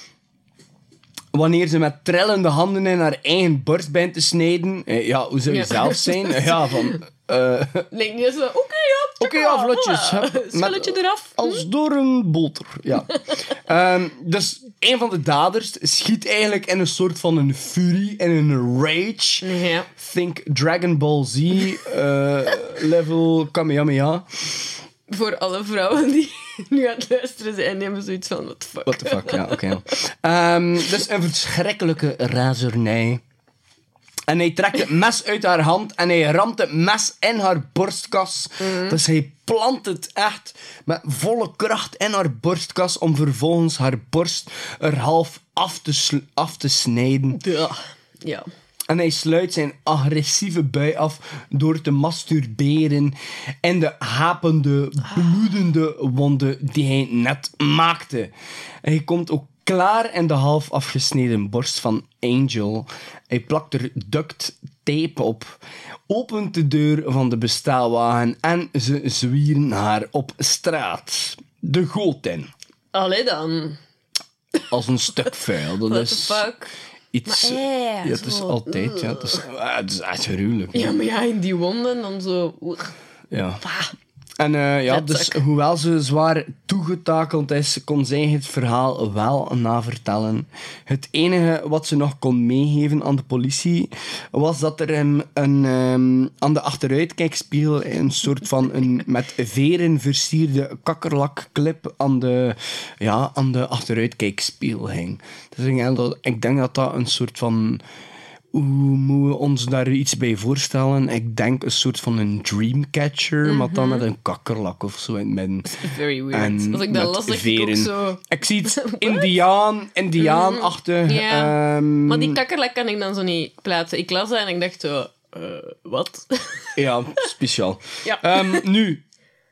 Wanneer ze met trillende handen in haar eigen borst begint te snijden... eh, Ja, hoe zou je Ja. zelf zijn? Eh, Ja, van... eh, Denk je zo, oké, ja, Oké, ja, vlotjes. voilà. Hup, Schelletje met- eraf. Als door een boter, ja. Ehm, dus een van de daders schiet eigenlijk in een soort van een furie, in een rage. Ja. Think Dragon Ball Z eh, level Kamehameha. Voor alle vrouwen die nu aan het luisteren zijn en hebben zoiets van, what the fuck. What the fuck, ja, oké. Ehm, dus een verschrikkelijke razernij. En hij trekt het mes uit haar hand en hij ramt het mes in haar borstkas. Dus hij plant het echt met volle kracht in haar borstkas om vervolgens haar borst er half af te, sl- af te snijden. Ja. Ja. En hij sluit zijn agressieve bui af door te masturberen in de hapende, bloedende wonden die hij net maakte. Hij komt ook klaar in de half afgesneden borst van Angel. Hij plakt er duct tape op, opent de deur van de bestelwagen en ze zwieren haar op straat. De goot in. Allee dan. Als een stuk vuil. Dat What is the fuck. iets... Maar, eh, ja, het is zo, altijd... Ja, het, is, ah, het is echt gruwelijk. Ja, maar ja, in die wonden dan zo... oeh. Ja. Ah. En eh, ja, dus Vetzak. hoewel ze zwaar toegetakeld is, kon zij het verhaal wel navertellen. Het enige wat ze nog kon meegeven aan de politie, was dat er een, een, ehm, aan de achteruitkijkspiegel een soort van een met veren versierde kakkerlakklip aan de, ja, aan de achteruitkijkspiegel hing. Dus ik denk dat, ik denk dat dat een soort van... Hoe moeten we ons daar iets bij voorstellen? Ik denk een soort van een dreamcatcher, maar dan met een kakkerlak of zo in het midden. Very weird. En Als ik dat met las, dacht ik ook veren. zo... Ik zie het indiaan, indiaanachtig. Ja. ehm, Maar die kakkerlak kan ik dan zo niet plaatsen. Ik las dat en ik dacht zo... eh, wat? Ja, speciaal. Ja. Ehm, nu,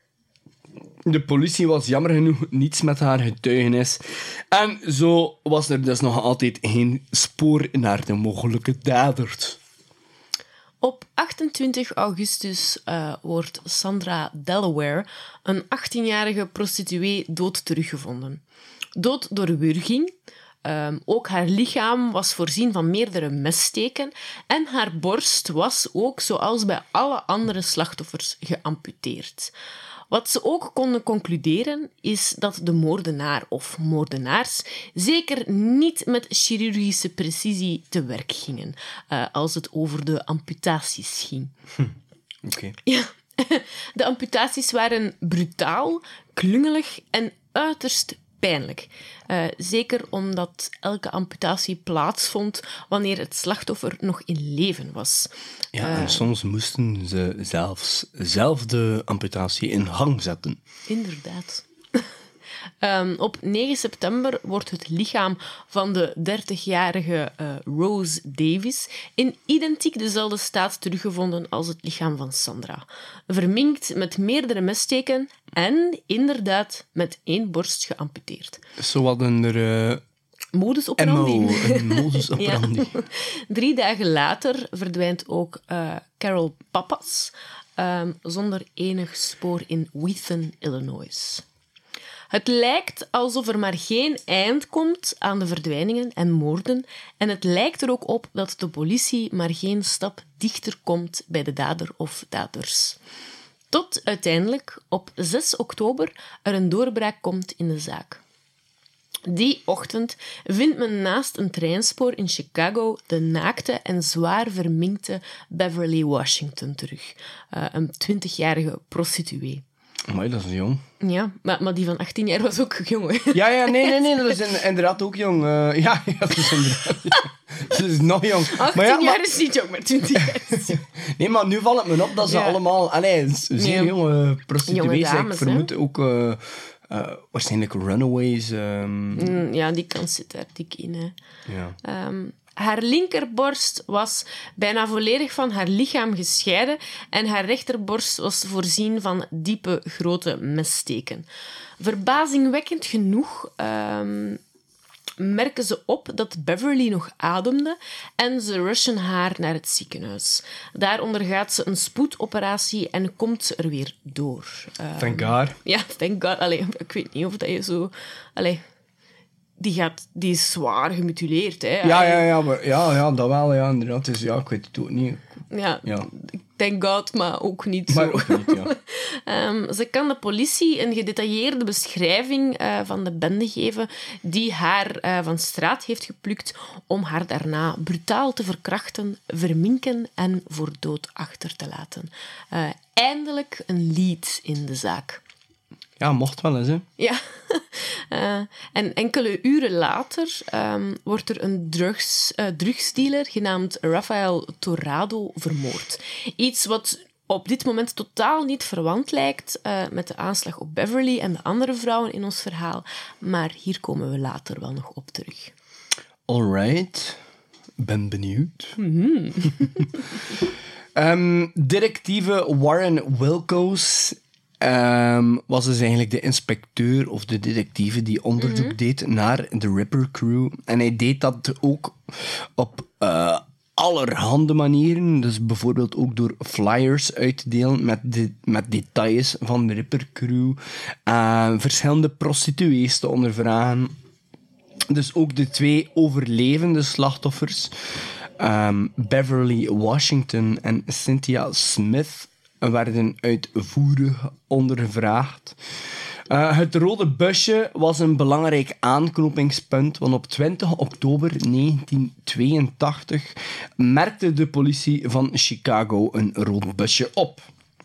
de politie was jammer genoeg niets met haar getuigenis. En zo was er dus nog altijd geen spoor naar de mogelijke dader. Op achtentwintig augustus eh, wordt Sandra Delaware, een achttienjarige prostituee, dood teruggevonden. Dood door wurging. Ehm, ook haar lichaam was voorzien van meerdere messteken en haar borst was ook, zoals bij alle andere slachtoffers, geamputeerd. Wat ze ook konden concluderen, is dat de moordenaar of moordenaars zeker niet met chirurgische precisie te werk gingen, eh, als het over de amputaties ging. Oké. Ja. De amputaties waren brutaal, klungelig en uiterst pijnlijk. Eh, zeker omdat elke amputatie plaatsvond wanneer het slachtoffer nog in leven was. Ja, en soms moesten ze zelfs zelf de amputatie in gang zetten. Inderdaad. Um, op negen september wordt het lichaam van de dertigjarige uh, Rose Davis in identiek dezelfde staat teruggevonden als het lichaam van Sandra. Verminkt met meerdere messteken en inderdaad met één borst geamputeerd. Zo hadden er... Uh... Modus operandi. M O, een modus operandi. Ja. Drie dagen later verdwijnt ook uh, Carol Pappas um, zonder enig spoor in Wheaton, Illinois. Het lijkt alsof er maar geen eind komt aan de verdwijningen en moorden en het lijkt er ook op dat de politie maar geen stap dichter komt bij de dader of daders. Tot uiteindelijk op zes oktober er een doorbraak komt in de zaak. Die ochtend vindt men naast een treinspoor in Chicago de naakte en zwaar verminkte Beverly Washington terug. Uh, een twintigjarige prostituee. Amai, dat is jong. Ja, maar, maar die van achttien jaar was ook jong. Hè? Ja, ja, nee, nee, nee, dat is in- inderdaad ook jong. Uh, ja, ja, dat is inderdaad... Ze is nog jong. achttien maar ja, jaar maar... is niet jong, maar twintig jaar is jong. Nee, maar nu valt het me op dat ze Ja. allemaal... Allee, zeer Ja. jonge prostituees Jonge zijn. dames, Ik vermoed ook... Uh, uh, waarschijnlijk runaways. Um... Mm, ja, die kans zit daar dik in. Hè. Ja. Um, haar linkerborst was bijna volledig van haar lichaam gescheiden en haar rechterborst was voorzien van diepe, grote messteken. Verbazingwekkend genoeg um, merken ze op dat Beverly nog ademde en ze rushen haar naar het ziekenhuis. Daar ondergaat ze een spoedoperatie en komt ze er weer door. Um, Thank God. Ja, thank God. Allee, ik weet niet of dat je zo... Allee, die, gaat, die is zwaar gemutileerd. Hè. Ja, ja, ja, maar, ja, ja, dat wel, ja, inderdaad. Dus ja, ik weet het ook niet. Ja, Ja. thank God, maar ook niet Maar zo. ook niet, ja. Um, ze kan de politie een gedetailleerde beschrijving uh, van de bende geven die haar uh, van straat heeft geplukt om haar daarna brutaal te verkrachten, verminken en voor dood achter te laten. Uh, eindelijk een lead in de zaak. Ja, mocht wel eens, hè. Ja. Uh, en enkele uren later um, wordt er een drugs, uh, drugsdealer genaamd Rafael Torrado vermoord. Iets wat op dit moment totaal niet verwant lijkt uh, met de aanslag op Beverly en de andere vrouwen in ons verhaal. Maar hier komen we later wel nog op terug. Alright. Ben benieuwd. Mm-hmm. um, directieve Warren Wilcox um, was dus eigenlijk de inspecteur of de detectieve die onderzoek mm-hmm. deed naar de Ripper Crew. En hij deed dat ook op uh, allerhande manieren. Dus bijvoorbeeld ook door flyers uit te delen met, de, met details van de Ripper Crew. Uh, verschillende prostituees te ondervragen. Dus ook de twee overlevende slachtoffers, um, Beverly Washington en Cynthia Smith, werden uitvoerig ondervraagd. Uh, het rode busje was een belangrijk aanknopingspunt, want op twintig oktober negentien tweeëntachtig merkte de politie van Chicago een rood busje op.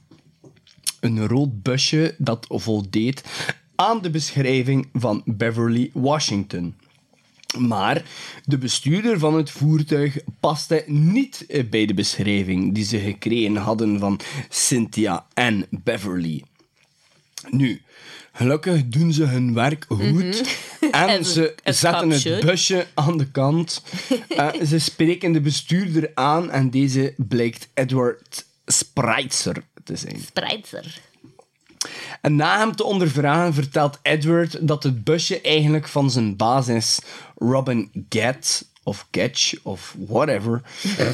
Een rood busje dat voldeed aan de beschrijving van Beverly Washington. Maar de bestuurder van het voertuig paste niet bij de beschrijving die ze gekregen hadden van Cynthia en Beverly. Nu, gelukkig doen ze hun werk goed mm-hmm. en, en ze zetten het busje aan de kant. uh, ze spreken de bestuurder aan en deze blijkt Edward Spreitzer te zijn. Spreitzer. En na hem te ondervragen vertelt Edward dat het busje eigenlijk van zijn baas is, Robin Getz, of Getch, of whatever.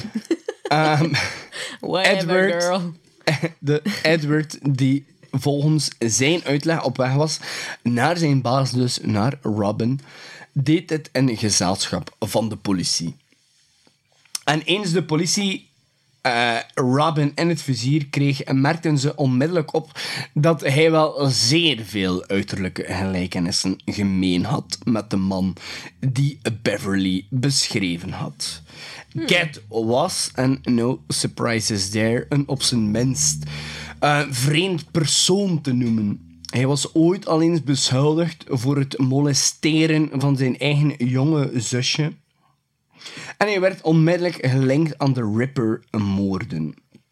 um, whatever, Edward, girl. De Edward die volgens zijn uitleg op weg was naar zijn baas, dus naar Robin, deed het in gezelschap van de politie. En eens de politie Uh, Robin in het vizier kreeg, merkten ze onmiddellijk op dat hij wel zeer veel uiterlijke gelijkenissen gemeen had met de man die Beverly beschreven had. Hmm. Get was, en no surprises there, een op zijn minst uh, vreemd persoon te noemen. Hij was ooit al eens beschuldigd voor het molesteren van zijn eigen jonge zusje. En hij werd onmiddellijk gelinkt aan de Ripper-moorden.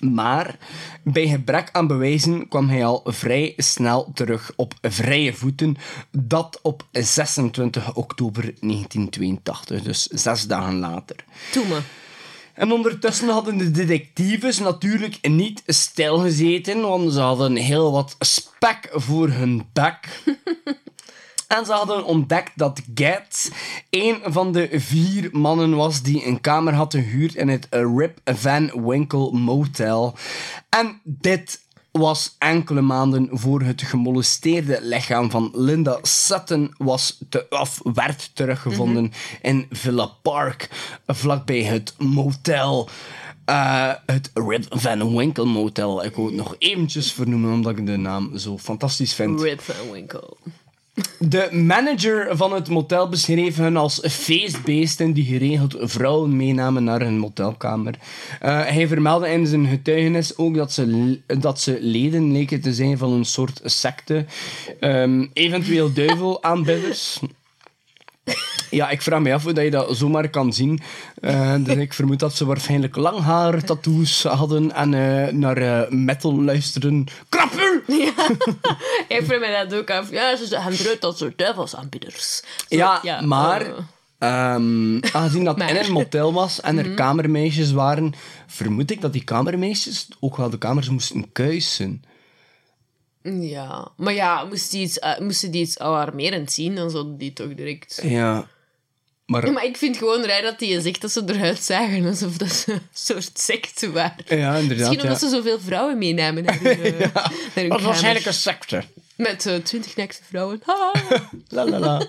Maar bij gebrek aan bewijzen kwam hij al vrij snel terug op vrije voeten. Dat op zesentwintig oktober negentien tweeëntachtig, dus zes dagen later. Doe me. En ondertussen hadden de detectives natuurlijk niet stilgezeten, want ze hadden heel wat spek voor hun bek. En ze hadden ontdekt dat Gad een van de vier mannen was die een kamer had gehuurd in het Rip Van Winkle Motel. En dit was enkele maanden voor het gemolesteerde lichaam van Linda Sutton was te, of werd teruggevonden mm-hmm. in Villa Park, vlakbij het motel. Uh, het Rip Van Winkle Motel. Ik wil het nog eventjes vernoemen, omdat ik de naam zo fantastisch vind. Rip Van Winkle. De manager van het motel beschreef hen als feestbeesten die geregeld vrouwen meenamen naar hun motelkamer. Uh, hij vermeldde in zijn getuigenis ook dat ze, dat ze leden leken te zijn van een soort secte. Um, eventueel duivelaanbidders. Ja, ik vraag me af hoe dat je dat zomaar kan zien. Uh, dus ik vermoed dat ze waarschijnlijk lang haar tattoos hadden en uh, naar uh, metal luisteren. Krappen! Ja, ik vraag me dat ook af. Ja, ze gaan eruit als soort duivelsaanbieders. Zo, ja, ja, maar... Uh... Um, aangezien dat maar. in een motel was en er mm-hmm. kamermeisjes waren, vermoed ik dat die kamermeisjes ook wel de kamers moesten kuisen. Ja, maar ja, moest die iets, uh, moesten die iets alarmerend zien, dan zouden die toch direct... Ja, maar... Ja, maar ik vind gewoon raar dat die zegt dat ze eruit zagen alsof dat ze een soort secte waren. Ja, inderdaad. Misschien omdat ja. ze zoveel vrouwen meenamen naar hun, uh, ja, naar hun dat was waarschijnlijk een secte. Met uh, twintig naakte vrouwen. La la la.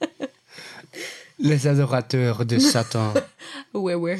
Les adorateurs de Satan. Ouais, ouais.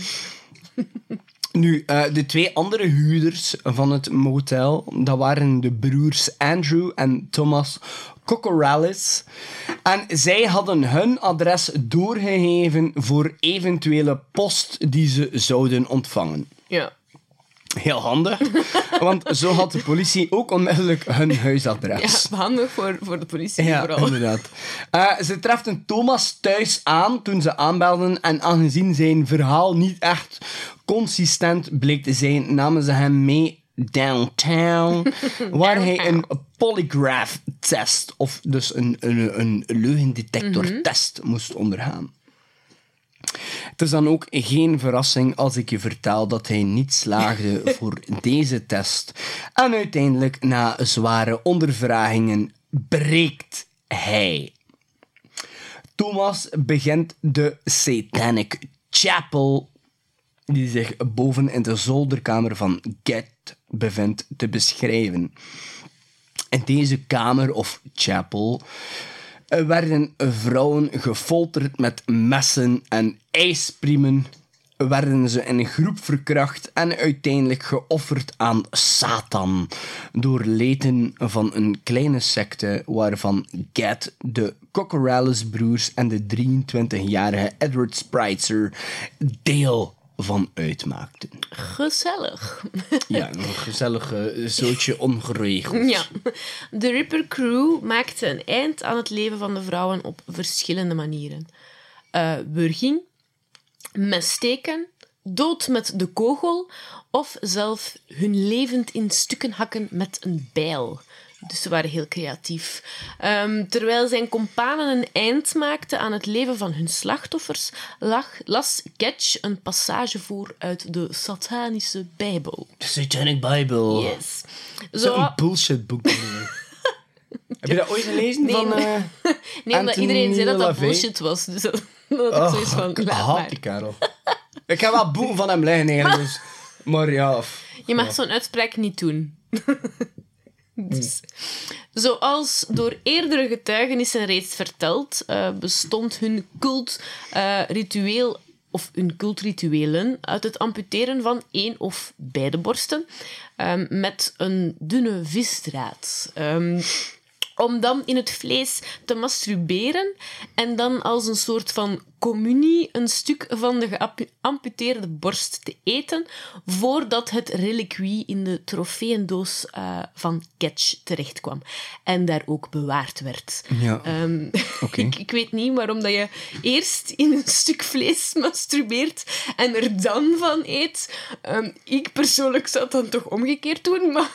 Nu, uh, de twee andere huurders van het motel, dat waren de broers Andrew en Thomas Kokorales. En zij hadden hun adres doorgegeven voor eventuele post die ze zouden ontvangen. Ja. Heel handig, want zo had de politie ook onmiddellijk hun huisadres. Ja, handig voor, voor de politie ja, vooral. Inderdaad. Uh, ze treften Thomas thuis aan toen ze aanbelden en aangezien zijn verhaal niet echt consistent bleek te zijn, namen ze hem mee downtown, waar hij een polygraph-test, of dus een, een, een leugendetector-test mm-hmm. moest ondergaan. Het is dan ook geen verrassing als ik je vertel dat hij niet slaagde voor deze test. En uiteindelijk, na zware ondervragingen, breekt hij. Thomas begint de Satanic Chapel, die zich boven in de zolderkamer van Gad bevindt, te beschrijven. In deze kamer, of chapel, werden vrouwen gefolterd met messen en ijspriemen, werden ze in een groep verkracht en uiteindelijk geofferd aan Satan door leden van een kleine secte waarvan Gad, de Kokorales-broers en de drieëntwintigjarige Edward Spritzer deel van uitmaakten. Gezellig. Ja, een gezellig uh, zootje ongeregeld. Ja. De Ripper Crew maakte een eind aan het leven van de vrouwen op verschillende manieren. Uh, wurging, messteken, dood met de kogel of zelf hun levend in stukken hakken met een bijl. Dus ze waren heel creatief. Um, terwijl zijn companen een eind maakten aan het leven van hun slachtoffers, lag, las Ketch een passage voor uit de satanische Bijbel. De Satanic Bible. Yes. Zo een bullshitboek. Heb je dat ooit gelezen? Nee, van, uh, nee omdat iedereen zei dat dat LaVey? bullshit was. Dus dat had ik oh, zoiets van, ik laat haat maar. die kerel. Ik heb wel boeken van hem liggen eigenlijk. Dus. Maar ja... Of, Je mag ja. zo'n uitspraak niet doen. Dus, zoals door eerdere getuigenissen reeds verteld, uh, bestond hun cultritueel uh, of hun cultrituelen uit het amputeren van één of beide borsten um, met een dunne visdraad. Um, om dan in het vlees te masturberen en dan als een soort van communie een stuk van de geamputeerde borst te eten voordat het reliquie in de trofeeëndoos uh, van Ketch terechtkwam en daar ook bewaard werd. Ja. Um, Okay. ik, ik weet niet waarom dat je eerst in een stuk vlees masturbeert en er dan van eet. Um, ik persoonlijk zou het dan toch omgekeerd doen, maar...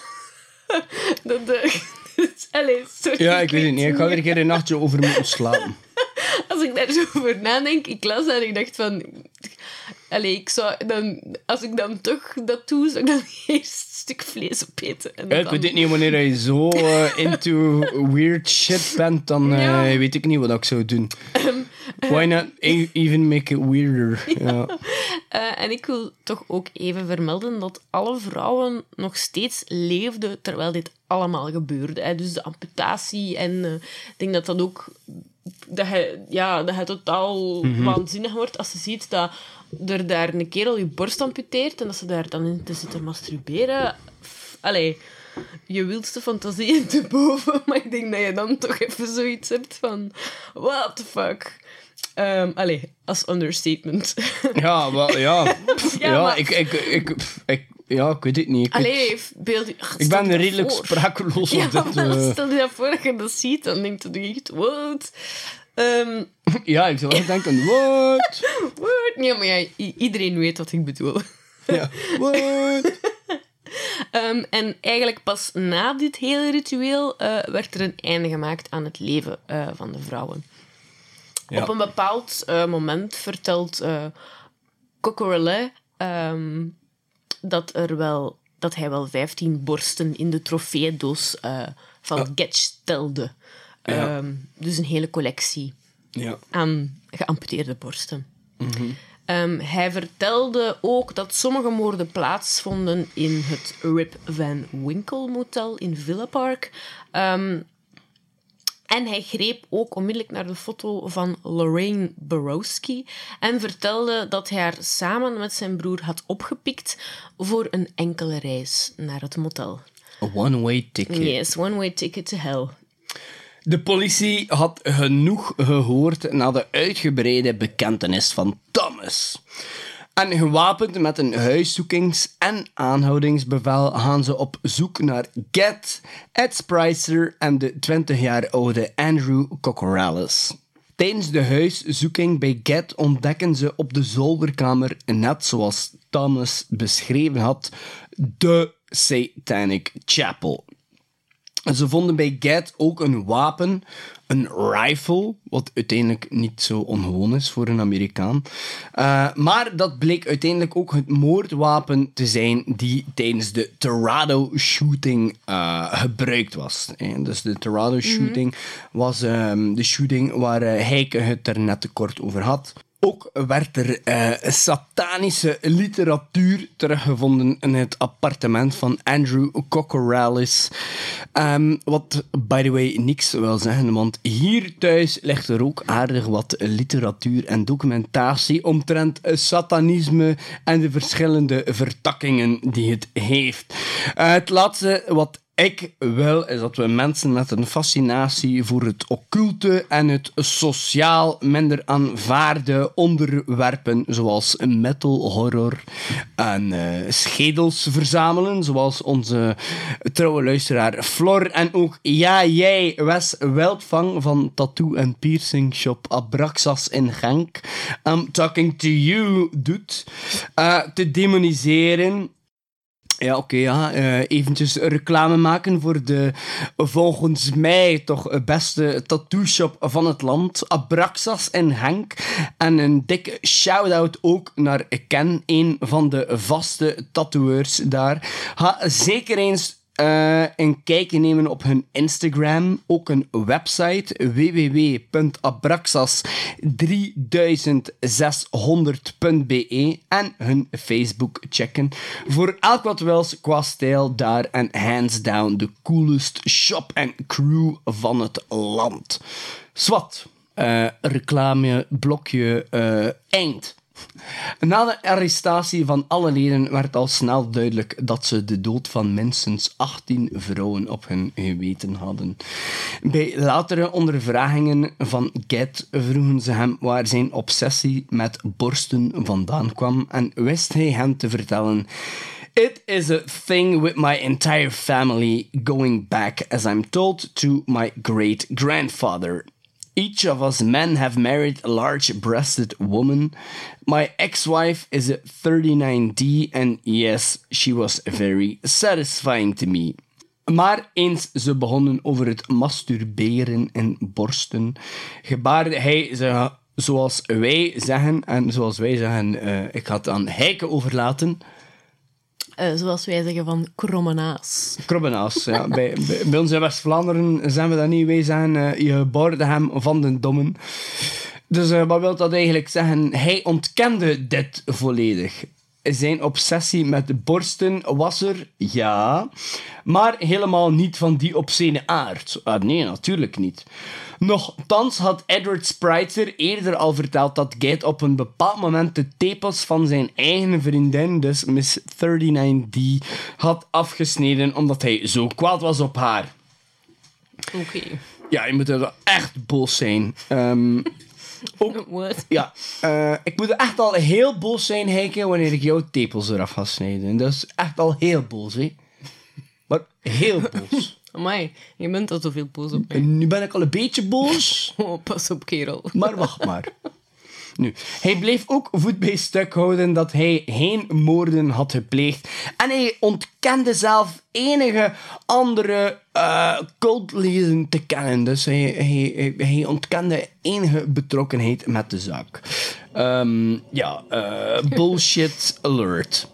dat... Uh, Allee, sorry, Ja, ik weet het niet. Ik ga er een keer een nachtje over moeten slapen. Als ik daar zo over nadenk, ik las dat en ik dacht van... Allee, ik zou dan... Als ik dan toch dat doe, zou ik dan eerst een stuk vlees opeten. En Ja, ik dan... weet het niet, wanneer je zo uh, into weird shit bent, dan uh, Ja. weet ik niet wat ik zou doen. Why not e- even make it weirder? Ja. Uh, en ik wil toch ook even vermelden dat alle vrouwen nog steeds leefden terwijl dit allemaal gebeurde. Hè. Dus de amputatie en uh, ik denk dat dat ook... Dat je, ja, dat je totaal Mhm. waanzinnig wordt als je ziet dat er daar een kerel je borst amputeert en dat ze daar dan in te zitten masturberen. Pff, Allee, je wildste fantasieën te boven, maar ik denk dat je dan toch even zoiets hebt van... What the fuck? Um, allee, als understatement. Ja, wel, ja. Pff, Ja, ja, maar- ik, ik, ik, pff, ik, ja, ik weet het niet. Ik, weet- Allee, beeld... Ach, ik stel je ben dat redelijk voor. sprakeloos Ja, op dit. maar eh. stel je dat voor dat je dat ziet, dan denk je echt, what? Um, Ja, ik zou wel denken, what? what? Nee, maar ja, i- iedereen weet wat ik bedoel. Ja, what? Um, en eigenlijk pas na dit hele ritueel uh, werd er een einde gemaakt aan het leven uh, van de vrouwen. Ja. Op een bepaald uh, moment vertelt uh, Cocorelli um, dat, er wel, dat hij wel vijftien borsten in de trofeedoos uh, van Ah. Getch telde. Ja. Um, dus een hele collectie Ja. aan geamputeerde borsten. Mhm. Um, hij vertelde ook dat sommige moorden plaatsvonden in het Rip Van Winkle Motel in Villa Park. Um, en hij greep ook onmiddellijk naar de foto van Lorraine Borowski en vertelde dat hij haar samen met zijn broer had opgepikt voor een enkele reis naar het motel. A one-way ticket. Yes, one way ticket to hell. De politie had genoeg gehoord na de uitgebreide bekentenis van Thomas. En gewapend met een huiszoekings- en aanhoudingsbevel gaan ze op zoek naar Get, Ed Spricer en de twintig jaar oude Andrew Cocorales. Tijdens de huiszoeking bij Get ontdekken ze op de zolderkamer, net zoals Thomas beschreven had, de Satanic Chapel. Ze vonden bij Get ook een wapen, een rifle, wat uiteindelijk niet zo ongewoon is voor een Amerikaan. Uh, maar dat bleek uiteindelijk ook het moordwapen te zijn die tijdens de Torado shooting uh, gebruikt was. En dus de Torado shooting was um, de shooting waar uh, Heike het er net te kort over had. Ook werd er uh, satanische literatuur teruggevonden in het appartement van Andrew Cocorales. Um, wat, by the way, niks wil zeggen, want hier thuis ligt er ook aardig wat literatuur en documentatie omtrent satanisme en de verschillende vertakkingen die het heeft. Uh, het laatste wat ik wil, is dat we mensen met een fascinatie voor het occulte en het sociaal minder aanvaarde onderwerpen, zoals metal, horror en uh, schedels verzamelen, zoals onze trouwe luisteraar Flor en ook ja, jij, Wes Wildvang van Tattoo en Piercing Shop Abraxas in Genk, I'm talking to you, doet, uh, te demoniseren. Ja, oké, okay, ja. Uh, eventjes reclame maken voor de volgens mij toch beste tattoo-shop van het land, Abraxas in Genk. En een dikke shout-out ook naar Ken, een van de vaste tattooeurs daar. Ga zeker eens Uh, een kijkje nemen op hun Instagram, ook een website w w w punt abraxas drie zeshonderd punt b e en hun Facebook checken. Voor elk wat wils qua stijl daar en hands down de coolest shop en crew van het land. Swat, uh, reclame, blokje, uh, eind. Na de arrestatie van alle leden werd al snel duidelijk dat ze de dood van minstens achttien vrouwen op hun geweten hadden. Bij latere ondervragingen van Gad vroegen ze hem waar zijn obsessie met borsten vandaan kwam en wist hij hen te vertellen: "It is a thing with my entire family, going back, as I'm told, to my great-grandfather. Each of us men have married a large-breasted woman. My ex-wife is a thirty-nine D, and yes, she was very satisfying to me." Maar eens ze begonnen over het masturberen in borsten, gebaarde hij ze, zoals wij zeggen, en zoals wij zeggen, uh, ik ga het aan Heike overlaten. Uh, zoals wij zeggen van krommenaas. Krommenaas, ja. Bij, bij, bij ons in West-Vlaanderen zeggen we dat niet. Wij zeggen, uh, je baarde hem van den dommen. Dus uh, wat wil dat eigenlijk zeggen? Hij ontkende dit volledig. Zijn obsessie met de borsten was er, ja, maar helemaal niet van die obscene aard. Ah, nee, natuurlijk niet. Nochtans had Edward Spritzer eerder al verteld dat Gad op een bepaald moment de tepels van zijn eigen vriendin, dus Miss thirty-nine D, had afgesneden omdat hij zo kwaad was op haar. Oké. Okay. Ja, je moet er echt boos zijn. Um, Ook, What? Ja, uh, ik moet echt al heel boos zijn, Heike, wanneer ik jouw tepels eraf ga snijden. Dat is echt al heel boos, hè. Maar heel boos. Amai, je bent al zoveel boos op mij. En nu ben ik al een beetje boos. Oh, pas op, kerel. Maar wacht maar. Nu, hij bleef ook voet bij stuk houden dat hij geen moorden had gepleegd. En hij ontkende zelf enige andere uh, cultleden te kennen. Dus hij, hij, hij ontkende enige betrokkenheid met de zaak. Um, ja, uh, bullshit alert.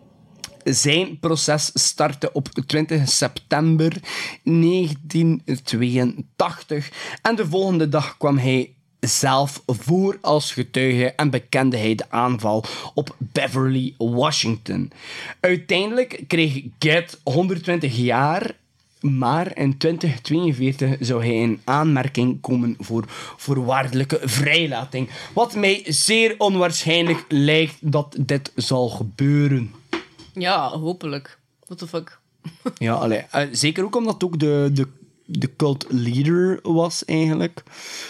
Zijn proces startte op twintig september negentien tweeëntachtig. En de volgende dag kwam hij zelf voor als getuige en bekende hij de aanval op Beverly, Washington. Uiteindelijk kreeg Gad honderdtwintig jaar, maar in twintig tweeënveertig zou hij in aanmerking komen voor voorwaardelijke vrijlating. Wat mij zeer onwaarschijnlijk lijkt dat dit zal gebeuren. Ja, hopelijk. What the fuck? Ja, allee, uh, zeker ook omdat ook de, de, de cult leader was eigenlijk.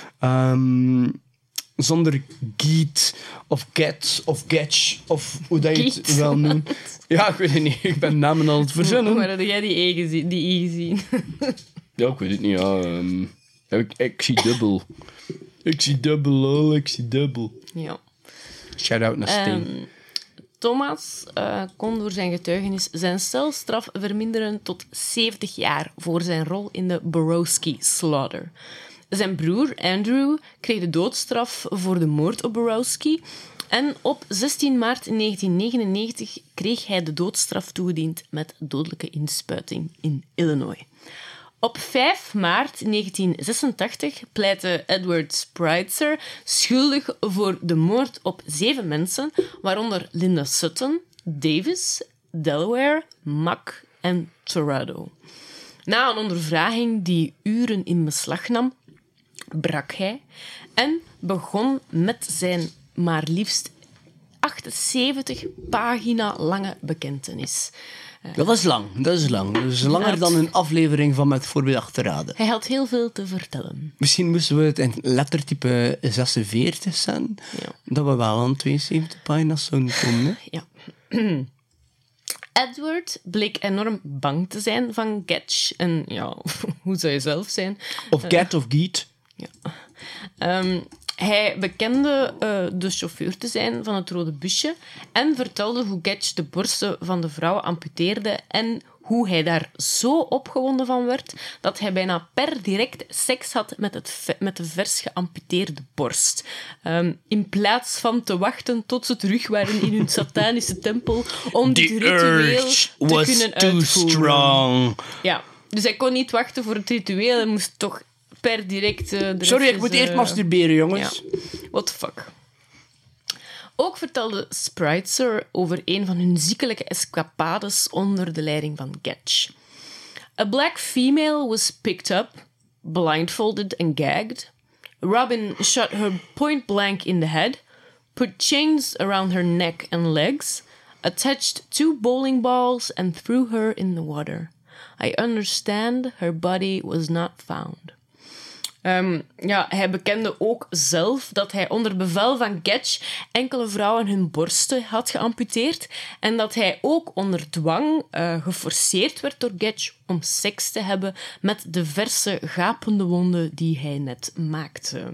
Um, zonder Geet of Get of Getch of hoe dat je het Geet. wel noemt. Ja, ik weet het niet. Ik ben namen aan het verzinnen. Waar had jij die E gezien? Die I gezien? Ja, ik weet het niet. Ja, um, ik, ik zie dubbel. Ik zie dubbel, lol. Ik zie dubbel. Ja. Shout-out naar Steen. Um, Thomas uh, kon door zijn getuigenis zijn celstraf verminderen tot zeventig jaar voor zijn rol in de Borowski slaughter. Zijn broer Andrew kreeg de doodstraf voor de moord op Borowski en op zestien maart negentien negenennegentig kreeg hij de doodstraf toegediend met dodelijke inspuiting in Illinois. Op vijf maart negentien zesentachtig pleitte Edward Spritzer schuldig voor de moord op zeven mensen, waaronder Linda Sutton, Davis, Delaware, Mack en Torrado. Na een ondervraging die uren in beslag nam, brak hij en begon met zijn maar liefst achtenzeventig pagina lange bekentenis. Dat is lang. Dat is lang. Dat is langer dan een aflevering van Met Voorbedacht te raden. Hij had heel veel te vertellen. Misschien moesten we het in lettertype zesenveertig zetten. Ja. Dat we wel aan tweeënzeventig pagina's zouden komen. Hè? Ja. Edward bleek enorm bang te zijn van Getch. En ja, hoe zou je zelf zijn? Of Gat of Geet. Ja. Um, hij bekende uh, de chauffeur te zijn van het rode busje en vertelde hoe Getch de borsten van de vrouw amputeerde en hoe hij daar zo opgewonden van werd dat hij bijna per direct seks had met, het ve- met de vers geamputeerde borst. Um, in plaats van te wachten tot ze terug waren in hun satanische tempel om dit ritueel te kunnen uitvoeren. Strong. Ja, dus hij kon niet wachten voor het ritueel. Hij moest toch per direct... Uh, Sorry, ik moet eerst masturberen, jongens. Ja. What the fuck. Ook vertelde Spritzer over een van hun ziekelijke escapades onder de leiding van Getch. A black female was picked up, blindfolded and gagged. Robin shot her point blank in the head, put chains around her neck and legs, attached two bowling balls and threw her in the water. I understand her body was not found. Um, ja, hij bekende ook zelf dat hij onder bevel van Gedge enkele vrouwen hun borsten had geamputeerd en dat hij ook onder dwang uh, geforceerd werd door Gedge om seks te hebben met de verse gapende wonden die hij net maakte.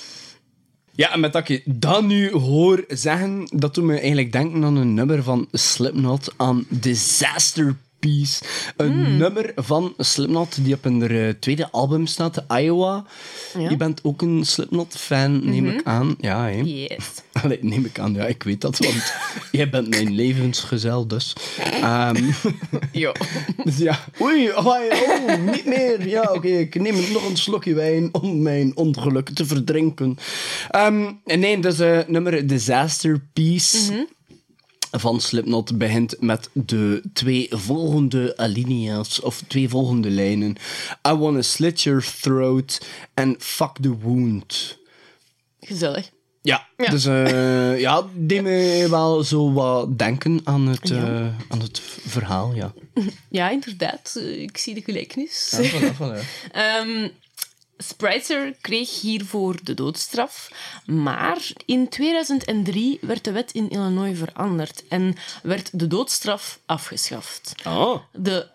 Ja, en met dat ik dat nu hoor zeggen, dat doet me eigenlijk denken aan een nummer van Slipknot, aan Disaster Peace. Een mm. nummer van Slipknot die op hun uh, tweede album staat, Iowa. Ja. Je bent ook een Slipknot-fan, neem mm-hmm. ik aan. Ja, hè? Yes. Allee, neem ik aan, ja, ik weet dat, want jij bent mijn levensgezel, dus. Um, ja. Dus ja, oei, oh, oh niet meer. Ja, oké, okay, ik neem nog een slokje wijn om mijn ongeluk te verdrinken. Um, nee, dus uh, nummer Disaster Peace. Mm-hmm. Van Slipknot begint met de twee volgende alinea's, of twee volgende lijnen. I wanna slit your throat and fuck the wound. Gezellig. Ja, ja. dus uh, ja, deed me wel zo wat denken aan het, uh, ja. aan het verhaal, ja. Ja, inderdaad. Ik zie de gelijkenis. Ja, voilà, voilà. um, Spritzer kreeg hiervoor de doodstraf, maar in tweeduizend drie werd de wet in Illinois veranderd en werd de doodstraf afgeschaft. Oh. De,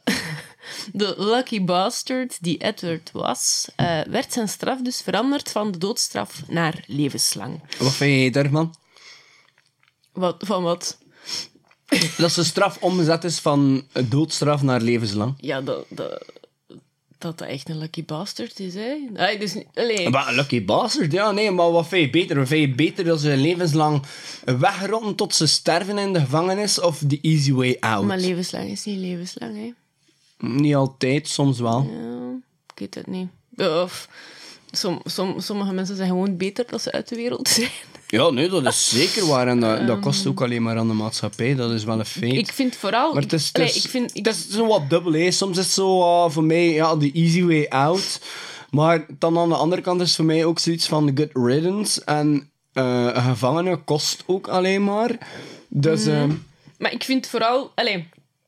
de lucky bastard die Edward was, uh, werd zijn straf dus veranderd van de doodstraf naar levenslang. Wat vind je daarvan? Wat, van wat? Dat de straf omgezet is van doodstraf naar levenslang. Ja, dat... dat dat dat echt een lucky bastard is, hè? Ay, dus, alleen... Maar een lucky bastard? Ja, nee, maar wat vind je beter? Wat vind je beter dat ze levenslang wegrotten tot ze sterven in de gevangenis of the easy way out? Maar levenslang is niet levenslang, hè? Niet altijd, soms wel. Ja, ik weet het niet. Of, som, som, sommige mensen zijn gewoon beter dat ze uit de wereld zijn. Ja, nee, dat is zeker waar. En dat, dat kost ook alleen maar aan de maatschappij. Dat is wel een feit. Ik vind vooral... Maar het is, ik, het is, allee, ik vind, ik... het is zo wat dubbel, hè. Soms is het zo uh, voor mij ja, the easy way out. Maar dan aan de andere kant is het voor mij ook zoiets van good riddance. En uh, een gevangene kost ook alleen maar. Dus... Mm. Uh, maar ik vind vooral... Allee,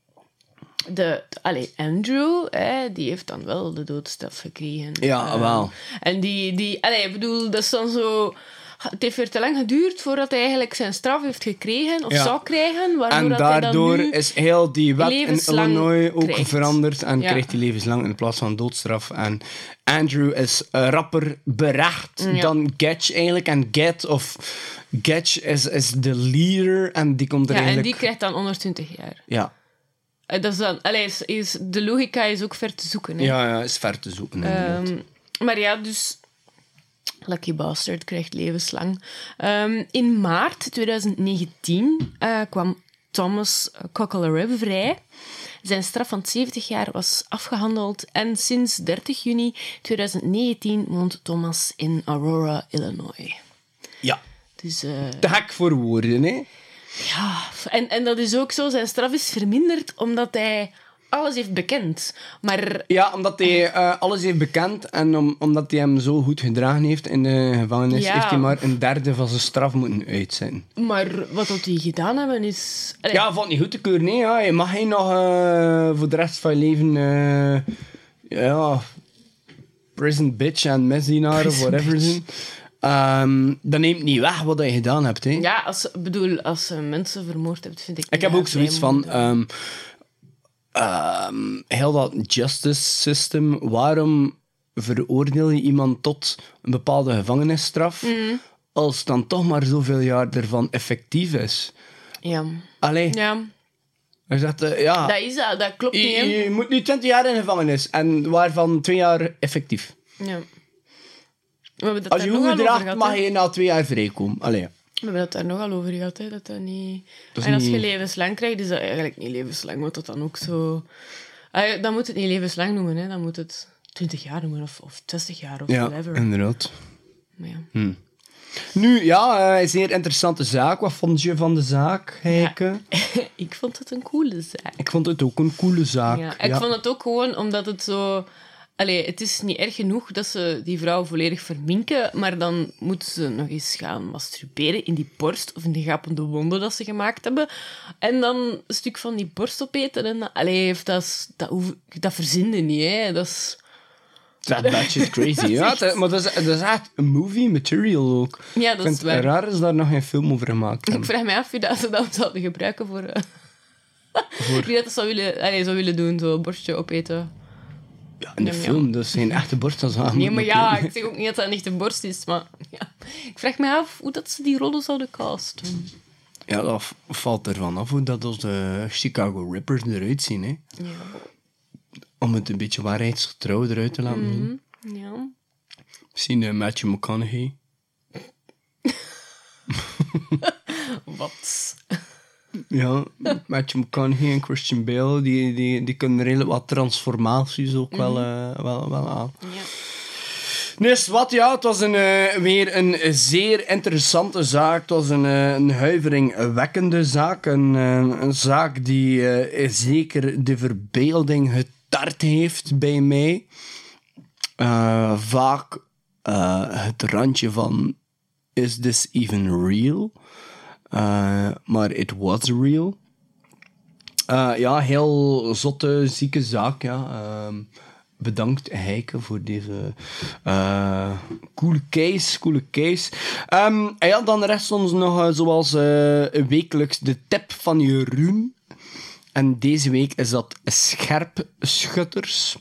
de, allee, Andrew, hè, die heeft dan wel de doodstraf gekregen. Ja, uh, wel. En die... die allee, ik bedoel, dat is dan zo... Het heeft weer te lang geduurd voordat hij eigenlijk zijn straf heeft gekregen, of ja. zou krijgen. En dat daardoor hij dan nu is heel die wet in Illinois ook krijgt. veranderd en ja. krijgt hij levenslang in plaats van doodstraf. En Andrew is uh, rapper berecht ja. dan Gedge eigenlijk. En Get of Gedge is, is de leader en die komt er ja, eigenlijk... en die krijgt dan honderdtwintig jaar. Ja. Dat is dan, allez, is, is, de logica is ook ver te zoeken. Hè. Ja, ja, is ver te zoeken. Um, maar ja, dus... Lucky Bastard krijgt levenslang. Um, in maart tweeduizend negentien uh, kwam Thomas Cocklerev vrij. Zijn straf van zeventig jaar was afgehandeld en sinds dertig juni tweeduizend negentien woont Thomas in Aurora, Illinois. Ja. Dus, uh, te gek voor woorden, hè? Ja, en, en dat is ook zo. Zijn straf is verminderd omdat hij... alles heeft bekend. Maar... Ja, omdat hij uh, alles heeft bekend en om, omdat hij hem zo goed gedragen heeft in de gevangenis, ja. heeft hij maar een derde van zijn straf moeten uitzetten. Maar wat dat die gedaan hebben is... Allee. Ja, valt niet goed te keuren. Nee, ja. Je mag hij nog uh, voor de rest van je leven... Uh, ja... Prison bitch en misdienaar of whatever zijn. Um, dat neemt niet weg wat je gedaan hebt. Hè. Ja, als, bedoel, als je mensen vermoord hebt, vind ik... Ik heb ook zoiets van... Um, Um, heel dat justice system, waarom veroordeel je iemand tot een bepaalde gevangenisstraf mm. als dan toch maar zoveel jaar ervan effectief is? Ja. Allee. Ja. Hij zegt, uh, ja, dat is dat, dat klopt je, niet. Hè? Je moet nu twintig jaar in de gevangenis en waarvan twee jaar effectief. Ja. We hebben dat als je goed gedraagt, mag je na twee jaar vrijkomen. Allee. We hebben het daar nogal over gehad, hè, dat dat niet... Dat en als niet... je levenslang krijgt, is dat eigenlijk niet levenslang, want dat dan ook zo... Uh, dan moet het niet levenslang noemen, hè. Dan moet het twintig jaar noemen, of, of zestig jaar, of ja, whatever. Inderdaad. Maar ja, hm. Nu, ja, uh, een zeer interessante zaak. Wat vond je van de zaak, Heike? Ja. Ik vond het een coole zaak. Ik vond het ook een coole zaak. Ja, ik ja. vond het ook gewoon omdat het zo... Allee, het is niet erg genoeg dat ze die vrouw volledig verminken, maar dan moeten ze nog eens gaan masturberen in die borst of in die gapende wonden dat ze gemaakt hebben. En dan een stuk van die borst opeten. En dat, allee, dat, is, dat, hoef, dat verzin je niet, hè. Dat is... Dat is crazy, ja. Dat, maar dat is, dat is echt een movie material ook. Ja, dat Ik is vind het waar. raar is daar nog geen film over gemaakt Ik hebben. vraag me af wie dat ze dat zouden gebruiken voor... Uh, Voor- wie dat zou willen, allee, zou willen doen, zo borstje opeten. Ja, in de Ja, ja. film, dat is geen echte borst. Dat is aan Nee, maar ja, ik zeg ook niet dat dat niet een borst is, maar... Ja. Ik vraag me af hoe dat ze die rollen zouden casten. Ja, dat v- valt ervan af hoe dat als de Chicago Rippers eruit zien, hè. Ja. Om het een beetje waarheidsgetrouw eruit te laten zien. Ja. Misschien uh, Matthew McConaughey. Wat? Ja, Matthew McConaughey en Christian Bale, die, die, die kunnen redelijk wat transformaties ook wel, uh, wel, wel aan. Ja. Nee, wat, ja, het was een, uh, weer een zeer interessante zaak. Het was een, uh, een huiveringwekkende zaak. Een, uh, een zaak die uh, zeker de verbeelding getart heeft bij mij. Uh, vaak uh, het randje van, is this even real? Uh, maar it was real. Uh, ja, heel zotte, zieke zaak, ja. Uh, bedankt, Heike, voor deze uh, coole case. Coole case. Um, en ja, dan rest ons nog, uh, zoals uh, wekelijks, de tip van Jeroen. En deze week is dat Scherpschutters.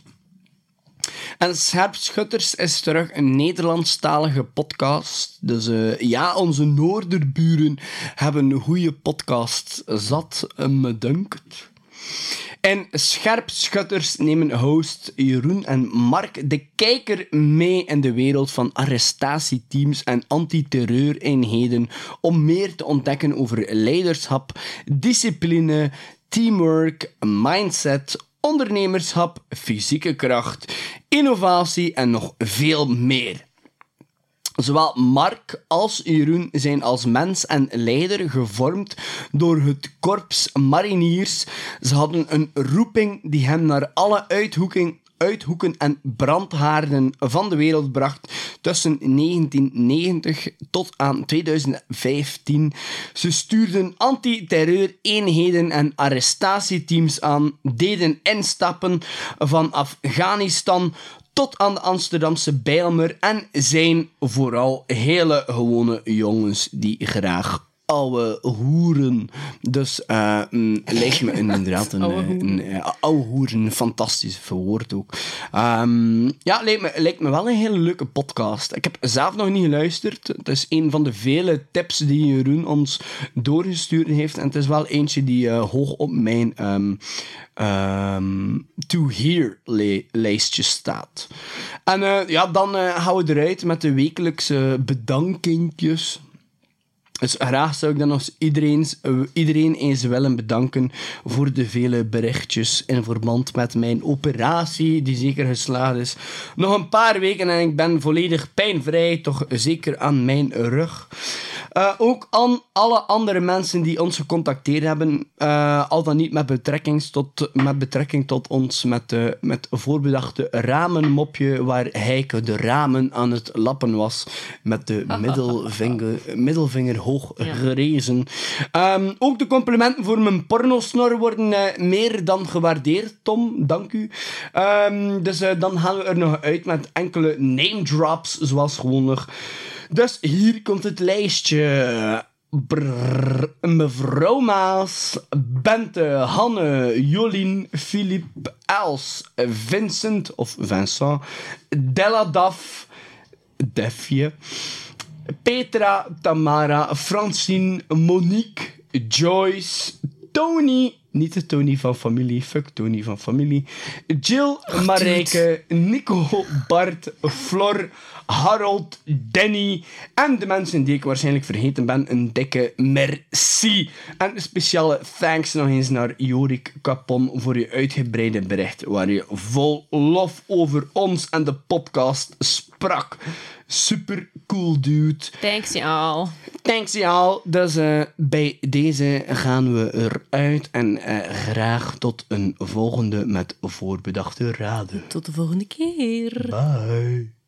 En Scherpschutters is terug een Nederlandstalige podcast. Dus uh, ja, onze Noorderburen hebben een goede podcast zat, uh, me dunkt. En Scherpschutters nemen host Jeroen en Mark de kijker mee in de wereld van arrestatieteams en antiterreureenheden om meer te ontdekken over leiderschap, discipline, teamwork, mindset, ondernemerschap, fysieke kracht, innovatie en nog veel meer. Zowel Mark als Jeroen zijn als mens en leider gevormd door het korps mariniers. Ze hadden een roeping die hen naar alle uithoeking, uithoeken en brandhaarden van de wereld bracht tussen negentien negentig tot aan tweeduizend vijftien. Ze stuurden antiterreureenheden en arrestatieteams aan, deden instappen van Afghanistan tot aan de Amsterdamse Bijlmer en zijn vooral hele gewone jongens die graag ouwe hoeren. Dus uh, mm, lijkt me inderdaad een, Ouwe een, een, een ouwe hoeren, een fantastisch verwoord ook. Um, ja, lijkt me, lijkt me wel een hele leuke podcast. Ik heb zelf nog niet geluisterd. Het is een van de vele tips die Jeroen ons doorgestuurd heeft. En het is wel eentje die uh, hoog op mijn um, um, to-hear-lijstje staat. En uh, ja, dan uh, gaan we eruit met de wekelijkse bedankingjes. Dus graag zou ik dan nog iedereen, iedereen eens willen bedanken voor de vele berichtjes in verband met mijn operatie, die zeker geslaagd is. Nog een paar weken en ik ben volledig pijnvrij, toch zeker aan mijn rug. Uh, ook aan alle andere mensen die ons gecontacteerd hebben, uh, al dan niet met betrekking tot, met betrekking tot ons, met, uh, met voorbedachte ramenmopje, waar Heike de ramen aan het lappen was, met de middelvinger, middelvinger hoog Ja. gerezen. Um, ook de complimenten voor mijn pornosnor worden uh, meer dan gewaardeerd, Tom, dank u. Um, dus uh, dan gaan we er nog uit met enkele name drops, zoals gewoonlijk. Dus hier komt het lijstje. Brrr, mevrouw Maas, Bente, Hanne, Jolien, Philippe, Els, Vincent of Vincent, Della Daf, Defje, Petra, Tamara, Francine, Monique, Joyce, Tony, niet de Tony van familie, fuck Tony van familie, Jill, oh, Marijke, Nico, Bart, Flor, Harold, Danny en de mensen die ik waarschijnlijk vergeten ben, een dikke merci. En een speciale thanks nog eens naar Jorik Capon voor je uitgebreide bericht, waar je vol lof over ons en de podcast sprak. prak. Super cool dude. Thanks, y'all. Thanks y'all. Dus uh, bij deze gaan we eruit. En uh, graag tot een volgende met voorbedachte raden. Tot de volgende keer. Bye.